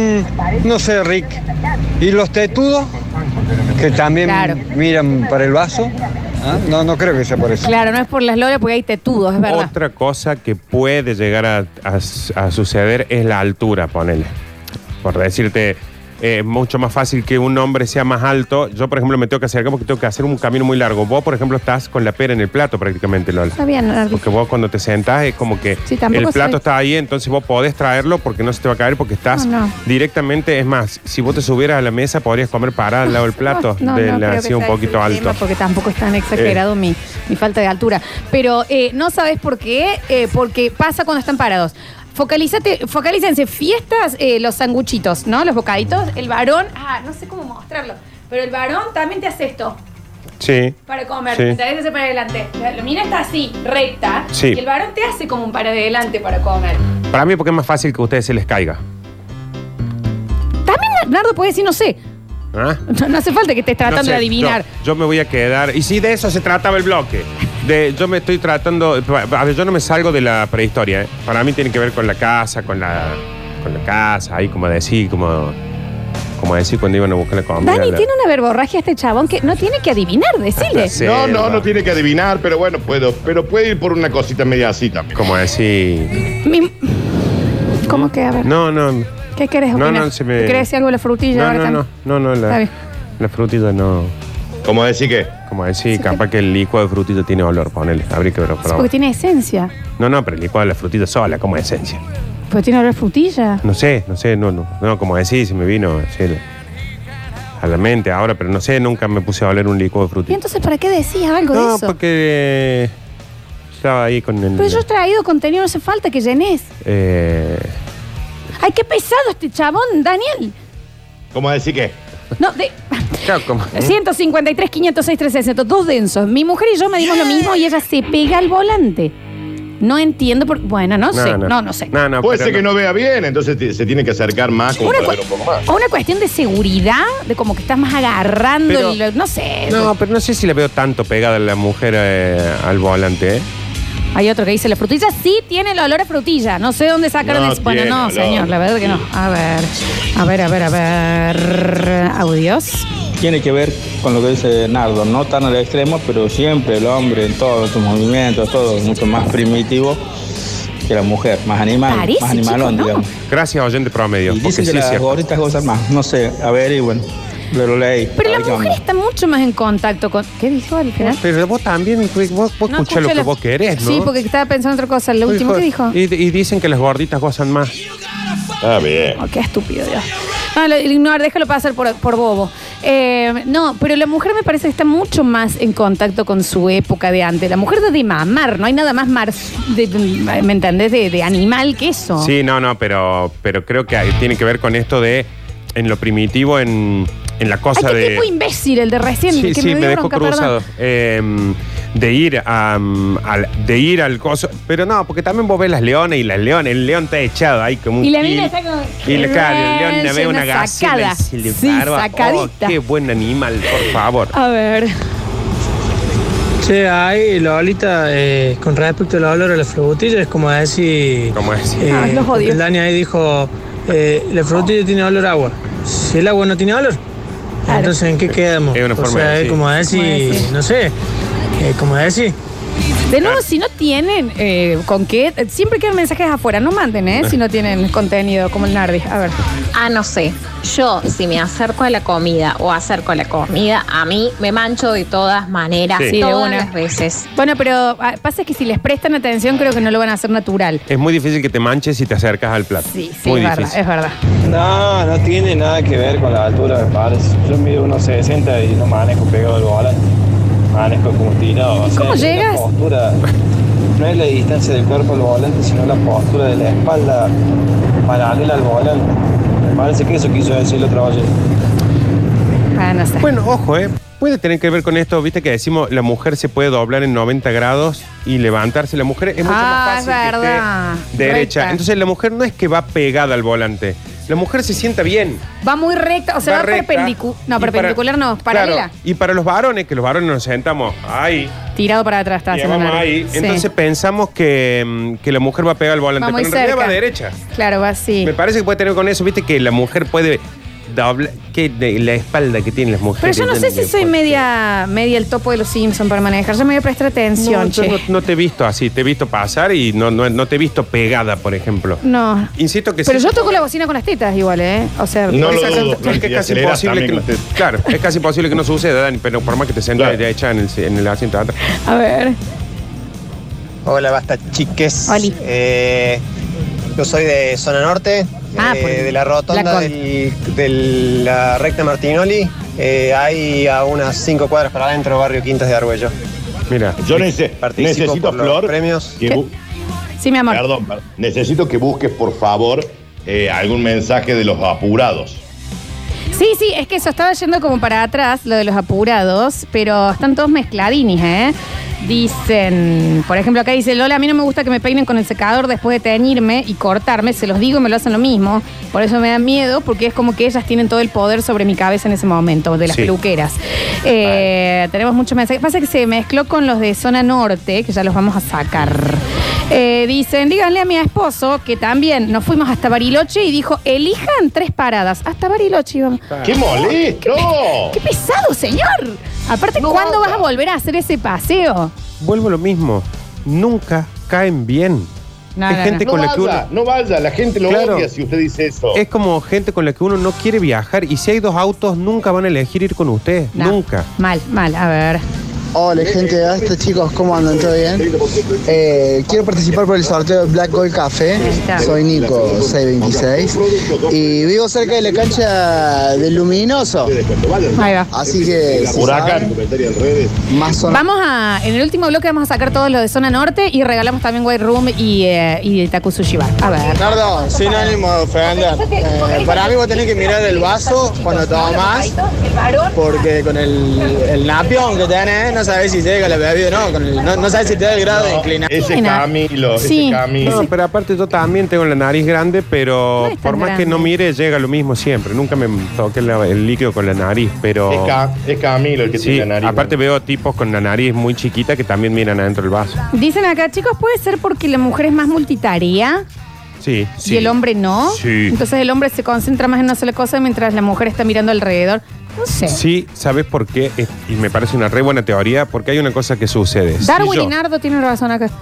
Speaker 8: Mm, no sé, Rick. ¿Y los tetudos? Que también
Speaker 1: Claro.
Speaker 8: miran para el vaso. ¿Ah? No, no creo que sea por eso.
Speaker 1: Claro, no es por las lolas porque hay tetudos, es verdad.
Speaker 4: Otra cosa que puede llegar a, a- a suceder es la altura, ponele. Por decirte, es mucho más fácil que un hombre sea más alto. Yo, por ejemplo, me tengo que acercar porque tengo que hacer un camino muy largo. Vos, por ejemplo, estás con la pera en el plato prácticamente, Lola.
Speaker 1: Está bien, Nardi.
Speaker 4: Porque vos cuando te sentás es como que
Speaker 1: Sí, tampoco
Speaker 4: el plato
Speaker 1: soy-
Speaker 4: está ahí, entonces vos podés traerlo porque no se te va a caer porque estás
Speaker 1: No, no.
Speaker 4: directamente. Es más, si vos te subieras a la mesa podrías comer parada al lado del plato,
Speaker 1: No, no,
Speaker 4: de
Speaker 1: no
Speaker 4: la-
Speaker 1: creo que
Speaker 4: así un
Speaker 1: sea
Speaker 4: poquito
Speaker 1: ese el
Speaker 4: alto.
Speaker 1: tema, porque tampoco es tan exagerado mi, mi falta de altura. Pero eh, no sabes por qué, eh, porque pasa cuando están parados. Focalízate, focalícense, fiestas, eh, los sanguchitos, ¿no? Los bocaditos. El varón, ah, no sé cómo mostrarlo, pero el varón también te hace esto
Speaker 4: Sí.
Speaker 1: para comer.
Speaker 4: Sí.
Speaker 1: Te hace para adelante. La, la mina está así, recta.
Speaker 4: Sí.
Speaker 1: Y el varón te hace como un para adelante para comer.
Speaker 4: Para mí porque es más fácil que a ustedes se les caiga.
Speaker 1: También Nardo puede decir, no sé.
Speaker 4: ¿Ah?
Speaker 1: No, no hace falta que estés tratando
Speaker 4: No sé,
Speaker 1: de adivinar.
Speaker 4: Yo, yo me voy a quedar. Y sí, de eso se trataba el bloque. De, yo me estoy tratando. A ver, yo no me salgo de la prehistoria. ¿eh? Para mí tiene que ver con la casa, con la, con la casa, ahí como decir, como, como decir cuando iban a buscar la comida.
Speaker 1: Dani
Speaker 4: la-
Speaker 1: tiene una verborragia este chabón que no tiene que adivinar, decile.
Speaker 4: Sí,
Speaker 3: No, no,
Speaker 4: va.
Speaker 3: no tiene que adivinar, pero bueno, puedo, pero puede ir por una cosita media así también.
Speaker 4: Como decir.
Speaker 1: Mi- ¿Cómo que? A ver.
Speaker 4: No, no.
Speaker 1: ¿Qué querés
Speaker 4: No,
Speaker 1: opinar?
Speaker 4: no, se me-
Speaker 1: ¿Querés decir algo de la frutilla?
Speaker 4: No,
Speaker 1: ahora
Speaker 4: no,
Speaker 1: también?
Speaker 4: no, no, no,
Speaker 1: Está
Speaker 4: la,
Speaker 1: bien.
Speaker 4: la frutilla no.
Speaker 3: Como decir que,
Speaker 4: Como decir,
Speaker 1: Sí,
Speaker 4: capaz
Speaker 1: que-
Speaker 4: que el licuado de frutilla tiene olor, ponele. Habría que verlo.
Speaker 1: Sí, porque tiene esencia.
Speaker 4: No, no, pero el licuado de la frutilla sola, como esencia.
Speaker 1: Porque tiene olor a frutilla.
Speaker 4: No sé, no sé, no, no. No, como decís, se me vino así a la mente ahora, pero no sé, nunca me puse a oler un licuado de
Speaker 1: ¿Y
Speaker 4: frutilla.
Speaker 1: entonces para qué decías algo de
Speaker 4: No,
Speaker 1: eso?
Speaker 4: porque estaba ahí con el.
Speaker 1: Pero yo he traído contenido, no hace falta que llenes.
Speaker 4: Eh,
Speaker 1: Ay, qué pesado este chabón, Daniel.
Speaker 3: ¿Cómo decir qué?
Speaker 1: No, de
Speaker 4: claro, como-
Speaker 1: ciento cincuenta y tres, quinientos seis, trescientos sesenta, dos densos. Mi mujer y yo medimos lo mismo y ella se pega al volante. No entiendo por... Bueno, no, sé. No, no sé.
Speaker 4: No, no,
Speaker 3: Puede
Speaker 4: pero
Speaker 3: ser que no vea bien, entonces te- se tiene que acercar más como
Speaker 1: Una,
Speaker 3: para
Speaker 1: cu-
Speaker 3: ver un poco más.
Speaker 1: o una cuestión de seguridad, de como que estás más agarrando
Speaker 4: Pero-
Speaker 1: el... No sé.
Speaker 4: No, pero no sé si le veo tanto pegada a la mujer eh, al volante, ¿eh?
Speaker 1: Hay otro que dice, la frutilla sí tiene el olor a frutilla. No sé dónde sacaron
Speaker 3: No
Speaker 1: eso. Bueno,
Speaker 3: tiene
Speaker 1: no,
Speaker 3: olor.
Speaker 1: señor, la verdad que no. A ver, a ver, a ver, a ver. Audios.
Speaker 9: Tiene que ver con lo que dice Nardo, no tan al extremo, pero siempre el hombre en todos sus movimientos, todo es mucho más primitivo que la mujer, más animal,
Speaker 1: Parece,
Speaker 9: más animalón,
Speaker 1: chico, ¿no?
Speaker 9: digamos.
Speaker 4: Gracias, oyente promedio.
Speaker 9: Y
Speaker 4: Porque
Speaker 9: dicen
Speaker 4: sí
Speaker 9: que
Speaker 4: es
Speaker 9: las
Speaker 4: cierto.
Speaker 9: gorditas gozan más, no sé, a ver, y bueno, lo, lo leí.
Speaker 1: Pero
Speaker 9: a
Speaker 1: la
Speaker 9: ver qué
Speaker 1: mujer
Speaker 9: onda.
Speaker 1: está mucho más en contacto con... ¿Qué dijo al final?
Speaker 4: Pero vos también, vos, vos
Speaker 1: No
Speaker 4: escuchás lo
Speaker 1: escuché
Speaker 4: que
Speaker 1: la-
Speaker 4: vos querés, ¿no?
Speaker 1: Sí, porque estaba pensando en otra cosa. Lo último que dijo.
Speaker 4: Y, y dicen que las gorditas gozan más.
Speaker 3: Ah, bien.
Speaker 1: Oh, qué estúpido, Dios. No, lo- ignorar, déjalo pasar por, por bobo. Eh, no, pero la mujer me parece que está mucho más en contacto con su época de antes. La mujer de, de mamar, no hay nada más, mar, de, de- ¿me entendés? De, de animal que eso.
Speaker 4: Sí, no, no, pero, pero creo que hay- tiene que ver con esto de, en lo primitivo, en, en la
Speaker 1: Ay,
Speaker 4: cosa
Speaker 1: qué
Speaker 4: de...
Speaker 1: tipo imbécil el de recién.
Speaker 4: Sí,
Speaker 1: que
Speaker 4: sí,
Speaker 1: me,
Speaker 4: me
Speaker 1: dio
Speaker 4: dejó
Speaker 1: bronca,
Speaker 4: cruzado.
Speaker 1: perdón.
Speaker 4: Eh, de ir a, um, al, de ir al coso. Pero no, porque también vos ves las leones y las leones, el león está echado ahí como un
Speaker 1: Y la
Speaker 4: kil.
Speaker 1: mina está como...
Speaker 4: Y le cae, el león le ve una
Speaker 1: Una
Speaker 4: gacela
Speaker 1: sacada.
Speaker 4: y se le
Speaker 1: Sí,
Speaker 4: barba. Oh,
Speaker 1: sacadita.
Speaker 4: qué buen animal, por favor.
Speaker 1: A ver.
Speaker 10: Che, ahí, Lolita, eh, con respecto al olor a la frutilla, es como decir...
Speaker 4: ¿Cómo es?
Speaker 10: eh,
Speaker 1: Ah, los odio.
Speaker 10: el Dani ahí dijo, eh, la frutilla tiene olor a agua. Si el agua no tiene olor,
Speaker 1: Claro.
Speaker 10: entonces ¿en qué quedamos?
Speaker 4: Es una
Speaker 10: o
Speaker 4: forma
Speaker 10: sea,
Speaker 4: de
Speaker 10: es
Speaker 4: decir.
Speaker 10: como decir,
Speaker 1: Como decir.
Speaker 10: no sé, eh, como decir...
Speaker 1: De nuevo, si no tienen eh, con qué, siempre quedan mensajes afuera, no manden, ¿eh? Si no tienen contenido como el Nardi. A ver.
Speaker 11: Ah, no sé. Yo, si me acerco a la comida o acerco a la comida, a mí me mancho de todas maneras,
Speaker 4: Sí.
Speaker 1: Sí, de
Speaker 11: todas
Speaker 1: una.
Speaker 11: las veces.
Speaker 1: Bueno, pero ah, pasa que si les prestan atención, creo que no lo van a hacer natural.
Speaker 4: Es muy difícil que te manches si te acercas al plato.
Speaker 1: Sí, sí,
Speaker 4: muy
Speaker 1: es verdad,
Speaker 4: difícil.
Speaker 1: es verdad.
Speaker 8: No, no tiene nada que ver con la altura, me parece. Yo mido uno sesenta y no manejo pegado al volante. Manejo como tirado. O sea,
Speaker 1: ¿Cómo
Speaker 8: es
Speaker 1: llegas?
Speaker 8: La postura, no es la distancia del cuerpo al volante, sino la postura de la espalda paralela al volante. Me parece que eso quiso decir el otro oyente.
Speaker 1: Ah, no sé.
Speaker 4: Bueno, ojo, ¿eh? Puede tener que ver con esto, viste que decimos la mujer se puede doblar en noventa grados y levantarse. La mujer es mucho
Speaker 1: Ah,
Speaker 4: más fácil
Speaker 1: es verdad.
Speaker 4: que esté derecha.
Speaker 1: Recta.
Speaker 4: Entonces la mujer no es que va pegada al volante. La mujer se sienta bien.
Speaker 1: Va muy recta, o sea, va,
Speaker 4: recta.
Speaker 1: perpendicular. No,
Speaker 4: Y
Speaker 1: perpendicular
Speaker 4: para-
Speaker 1: no, paralela.
Speaker 4: Claro, y para los varones, que los varones nos sentamos ahí,
Speaker 1: Tirado para atrás, está
Speaker 4: y
Speaker 1: haciendo
Speaker 4: vamos
Speaker 1: Nardi.
Speaker 4: ahí,
Speaker 1: Sí.
Speaker 4: entonces pensamos que, mm, que la mujer va a pegar al volante,
Speaker 1: Va muy
Speaker 4: pero en realidad
Speaker 1: cerca.
Speaker 4: va derecha.
Speaker 1: Claro, va así.
Speaker 4: Me parece que puede tener con eso, viste, que la mujer puede doblar, que de- la espalda que tienen las
Speaker 1: Pero
Speaker 4: mujeres.
Speaker 1: yo no sé si soy
Speaker 4: Porque-
Speaker 1: media, media el topo de los Simpsons para manejar. Yo me voy a prestar atención,
Speaker 4: No, yo
Speaker 1: che.
Speaker 4: no, no te he visto así, te he visto pasar y no, no, no te he visto pegada, por ejemplo.
Speaker 1: No.
Speaker 4: Insisto que
Speaker 1: Pero
Speaker 4: sí.
Speaker 1: yo toco la bocina con las tetas igual, ¿eh? O sea,
Speaker 3: No
Speaker 1: por
Speaker 3: lo
Speaker 1: esa-
Speaker 3: dudo.
Speaker 4: Es que es
Speaker 3: Y
Speaker 4: casi
Speaker 3: aceleras
Speaker 4: imposible que,
Speaker 3: también
Speaker 4: no-
Speaker 3: con
Speaker 4: claro, es casi imposible que no suceda, Dani, pero por más que te sientas
Speaker 3: Claro.
Speaker 4: ya hecha en el, en el asiento de atrás.
Speaker 1: A ver.
Speaker 12: Hola, basta chiques.
Speaker 1: Oli.
Speaker 12: Eh, yo soy de zona norte,
Speaker 1: Ah,
Speaker 12: eh,
Speaker 1: por-
Speaker 12: de la
Speaker 1: la
Speaker 12: rotonda
Speaker 1: con-
Speaker 12: del- de la recta Martinoli. Eh, hay a unas cinco cuadras para adentro, barrio Quintas de Argüello.
Speaker 4: Mira,
Speaker 3: Yo nece-
Speaker 12: Participo
Speaker 3: necesito,
Speaker 12: por los
Speaker 3: Flor,
Speaker 12: premios.
Speaker 3: que
Speaker 1: ¿Qué?
Speaker 3: bu-
Speaker 1: Sí, mi amor.
Speaker 3: perdón, perdón. necesito que busques, por favor, eh, algún mensaje de los apurados.
Speaker 1: Sí, sí, es que eso estaba yendo como para atrás, lo de los apurados, pero están todos mezcladinis, ¿eh? Dicen, por ejemplo, acá dice Lola, a mí no me gusta que me peinen con el secador después de teñirme y cortarme, se los digo y me lo hacen lo mismo, por eso me da miedo, porque es como que ellas tienen todo el poder sobre mi cabeza en ese momento, de las
Speaker 4: Sí.
Speaker 1: peluqueras. Eh, tenemos muchos mensajes. Pasa que se mezcló con los de zona norte, que ya los vamos a sacar. Eh, dicen, díganle a mi esposo que también nos fuimos hasta Bariloche y dijo, elijan tres paradas. Hasta Bariloche íbamos.
Speaker 3: ¡Qué molesto!
Speaker 1: ¡Qué pesado, señor! Aparte,
Speaker 3: No
Speaker 1: ¿cuándo
Speaker 3: vaya.
Speaker 1: vas a volver a hacer ese paseo?
Speaker 4: vuelvo a lo mismo. Nunca caen bien.
Speaker 1: No,
Speaker 4: es
Speaker 1: no,
Speaker 4: gente
Speaker 3: No
Speaker 4: con la que
Speaker 3: vaya,
Speaker 4: uno.
Speaker 3: no vaya, la gente lo
Speaker 4: Claro.
Speaker 3: odia si usted dice eso.
Speaker 4: Es como gente con la que uno no quiere viajar y si hay dos autos nunca van a elegir ir con usted.
Speaker 1: No.
Speaker 4: Nunca.
Speaker 1: Mal, mal. A ver.
Speaker 13: Hola gente de Basta, chicos, ¿cómo andan? ¿Todo bien? Eh, quiero participar por el sorteo de Black Gold Café. Soy Nico, seiscientos veintiséis. Y vivo cerca de la cancha del Luminoso.
Speaker 1: Ahí va.
Speaker 13: Así que... si
Speaker 3: Huracán.
Speaker 13: saben, más zona.
Speaker 1: Vamos a, en el último bloque vamos a sacar todo lo de zona norte y regalamos también White Room y, eh, y Taku Sushi Bar. A ver.
Speaker 13: Nardo, sin ánimo de ofender. Eh, para mí vos tenés que mirar el vaso cuando tomás, porque con el, el napión que tenés, no sabes si llega la bebida o no. Con el- no, no sabes si te da el grado de inclinación.
Speaker 3: Ese Camilo,
Speaker 1: Sí.
Speaker 3: ese Camilo.
Speaker 4: No, pero aparte yo también tengo la nariz grande, pero
Speaker 1: No es tan
Speaker 4: por más
Speaker 1: grande.
Speaker 4: que no mire, llega lo mismo siempre. Nunca me toqué la- el líquido con la nariz, pero...
Speaker 3: Es, Ca- es Camilo el que
Speaker 4: Sí,
Speaker 3: tiene la nariz.
Speaker 4: aparte veo tipos con la nariz muy chiquita que también miran adentro del vaso.
Speaker 1: Dicen acá, chicos, ¿puede ser porque la mujer es más multitarea
Speaker 4: Sí, sí.
Speaker 1: y el hombre no?
Speaker 4: Sí.
Speaker 1: Entonces el hombre se concentra más en una sola cosa mientras la mujer está mirando alrededor. No sé.
Speaker 4: Sí, ¿sabes por qué? Es- y me parece una re buena teoría, porque hay una cosa que sucede. Si
Speaker 1: Darwin
Speaker 4: yo-
Speaker 1: y Nardo tienen razón acá.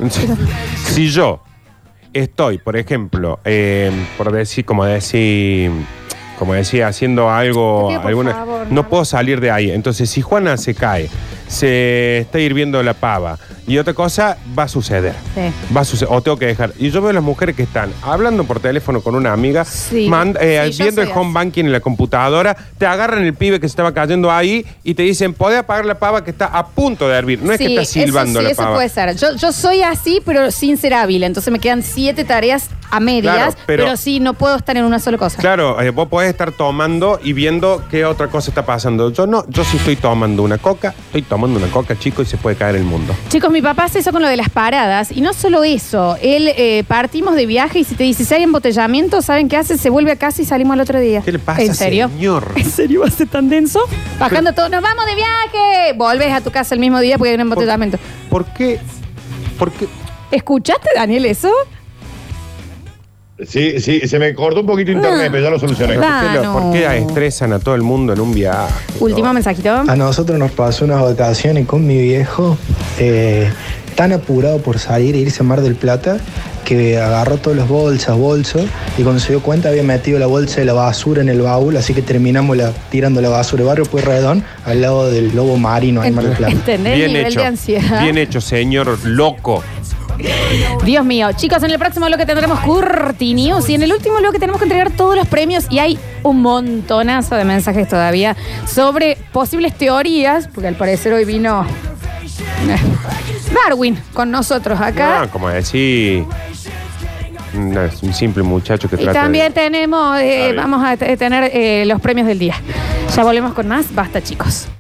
Speaker 4: Si yo estoy, por ejemplo, eh, por decir, como decir, como decía, haciendo algo,
Speaker 1: Te pido por
Speaker 4: alguna,
Speaker 1: favor,
Speaker 4: no puedo salir de ahí. Entonces, si Juana se cae, se está hirviendo la pava y otra cosa va a suceder.
Speaker 1: Sí.
Speaker 4: Va a suceder, o tengo que dejar. Y yo veo a las mujeres que están hablando por teléfono con una amiga,
Speaker 1: Sí.
Speaker 4: mand- eh,
Speaker 1: Sí, yo
Speaker 4: viendo el
Speaker 1: soy
Speaker 4: home banking en la computadora, te agarran el pibe que se estaba cayendo ahí y te dicen, ¿podés apagar la pava que está a punto de hervir? No es
Speaker 1: Sí,
Speaker 4: que está silbando
Speaker 1: eso sí,
Speaker 4: la
Speaker 1: eso
Speaker 4: pava.
Speaker 1: puede ser. Yo, yo soy así, pero sin ser hábil. Entonces me quedan siete tareas a medias,
Speaker 4: Claro,
Speaker 1: pero,
Speaker 4: pero-
Speaker 1: sí, no puedo estar en una sola cosa.
Speaker 4: Claro, eh, vos podés estar tomando y viendo qué otra cosa está pasando. Yo no, yo sí estoy tomando una coca, estoy tomando una coca, chico, y se puede caer el mundo.
Speaker 1: Chicos, mi papá hace eso con lo de las paradas. Y no solo eso, él eh, partimos de viaje y si te dice, si hay embotellamiento, ¿saben qué hace? Se vuelve a casa y salimos al otro día.
Speaker 4: ¿Qué le pasa,
Speaker 1: ¿En serio?
Speaker 4: señor?
Speaker 1: ¿En serio va a ser tan denso? Bajando todo, nos vamos de viaje. Volves a tu casa el mismo día porque hay un embotellamiento.
Speaker 4: ¿Por qué? ¿Por qué?
Speaker 1: ¿Escuchaste, Daniel, eso?
Speaker 3: Sí, sí, se me cortó un poquito internet, pero ya lo solucioné.
Speaker 4: ¿Por qué,
Speaker 1: Ah,
Speaker 4: lo-
Speaker 1: no.
Speaker 4: por qué estresan a todo el mundo en un viaje?
Speaker 1: Último mensajito.
Speaker 14: A nosotros nos pasó unas vacaciones con mi viejo, eh, tan apurado por salir e irse a Mar del Plata, que agarró todas las bolsas, bolsos, y cuando se dio cuenta había metido la bolsa de la basura en el baúl, así que terminamos la- tirando la basura. Barrio Pueyrredón, al lado del lobo marino en Mar del Plata.
Speaker 1: ¿Entendés el
Speaker 4: Bien
Speaker 1: nivel
Speaker 4: hecho.
Speaker 1: de ansiedad?
Speaker 4: Bien hecho, señor loco.
Speaker 1: Dios mío. Chicos, en el próximo bloque tendremos Curti News y en el último bloque tenemos que entregar todos los premios y hay un montonazo de mensajes todavía sobre posibles teorías, porque al parecer hoy vino eh, Darwin con nosotros acá.
Speaker 4: No, como decir, un un simple muchacho que
Speaker 1: Y
Speaker 4: trata
Speaker 1: también
Speaker 4: de...
Speaker 1: tenemos, eh,
Speaker 4: Está bien.
Speaker 1: vamos a t- tener eh, los premios del día. Ya volvemos con más. Basta, chicos.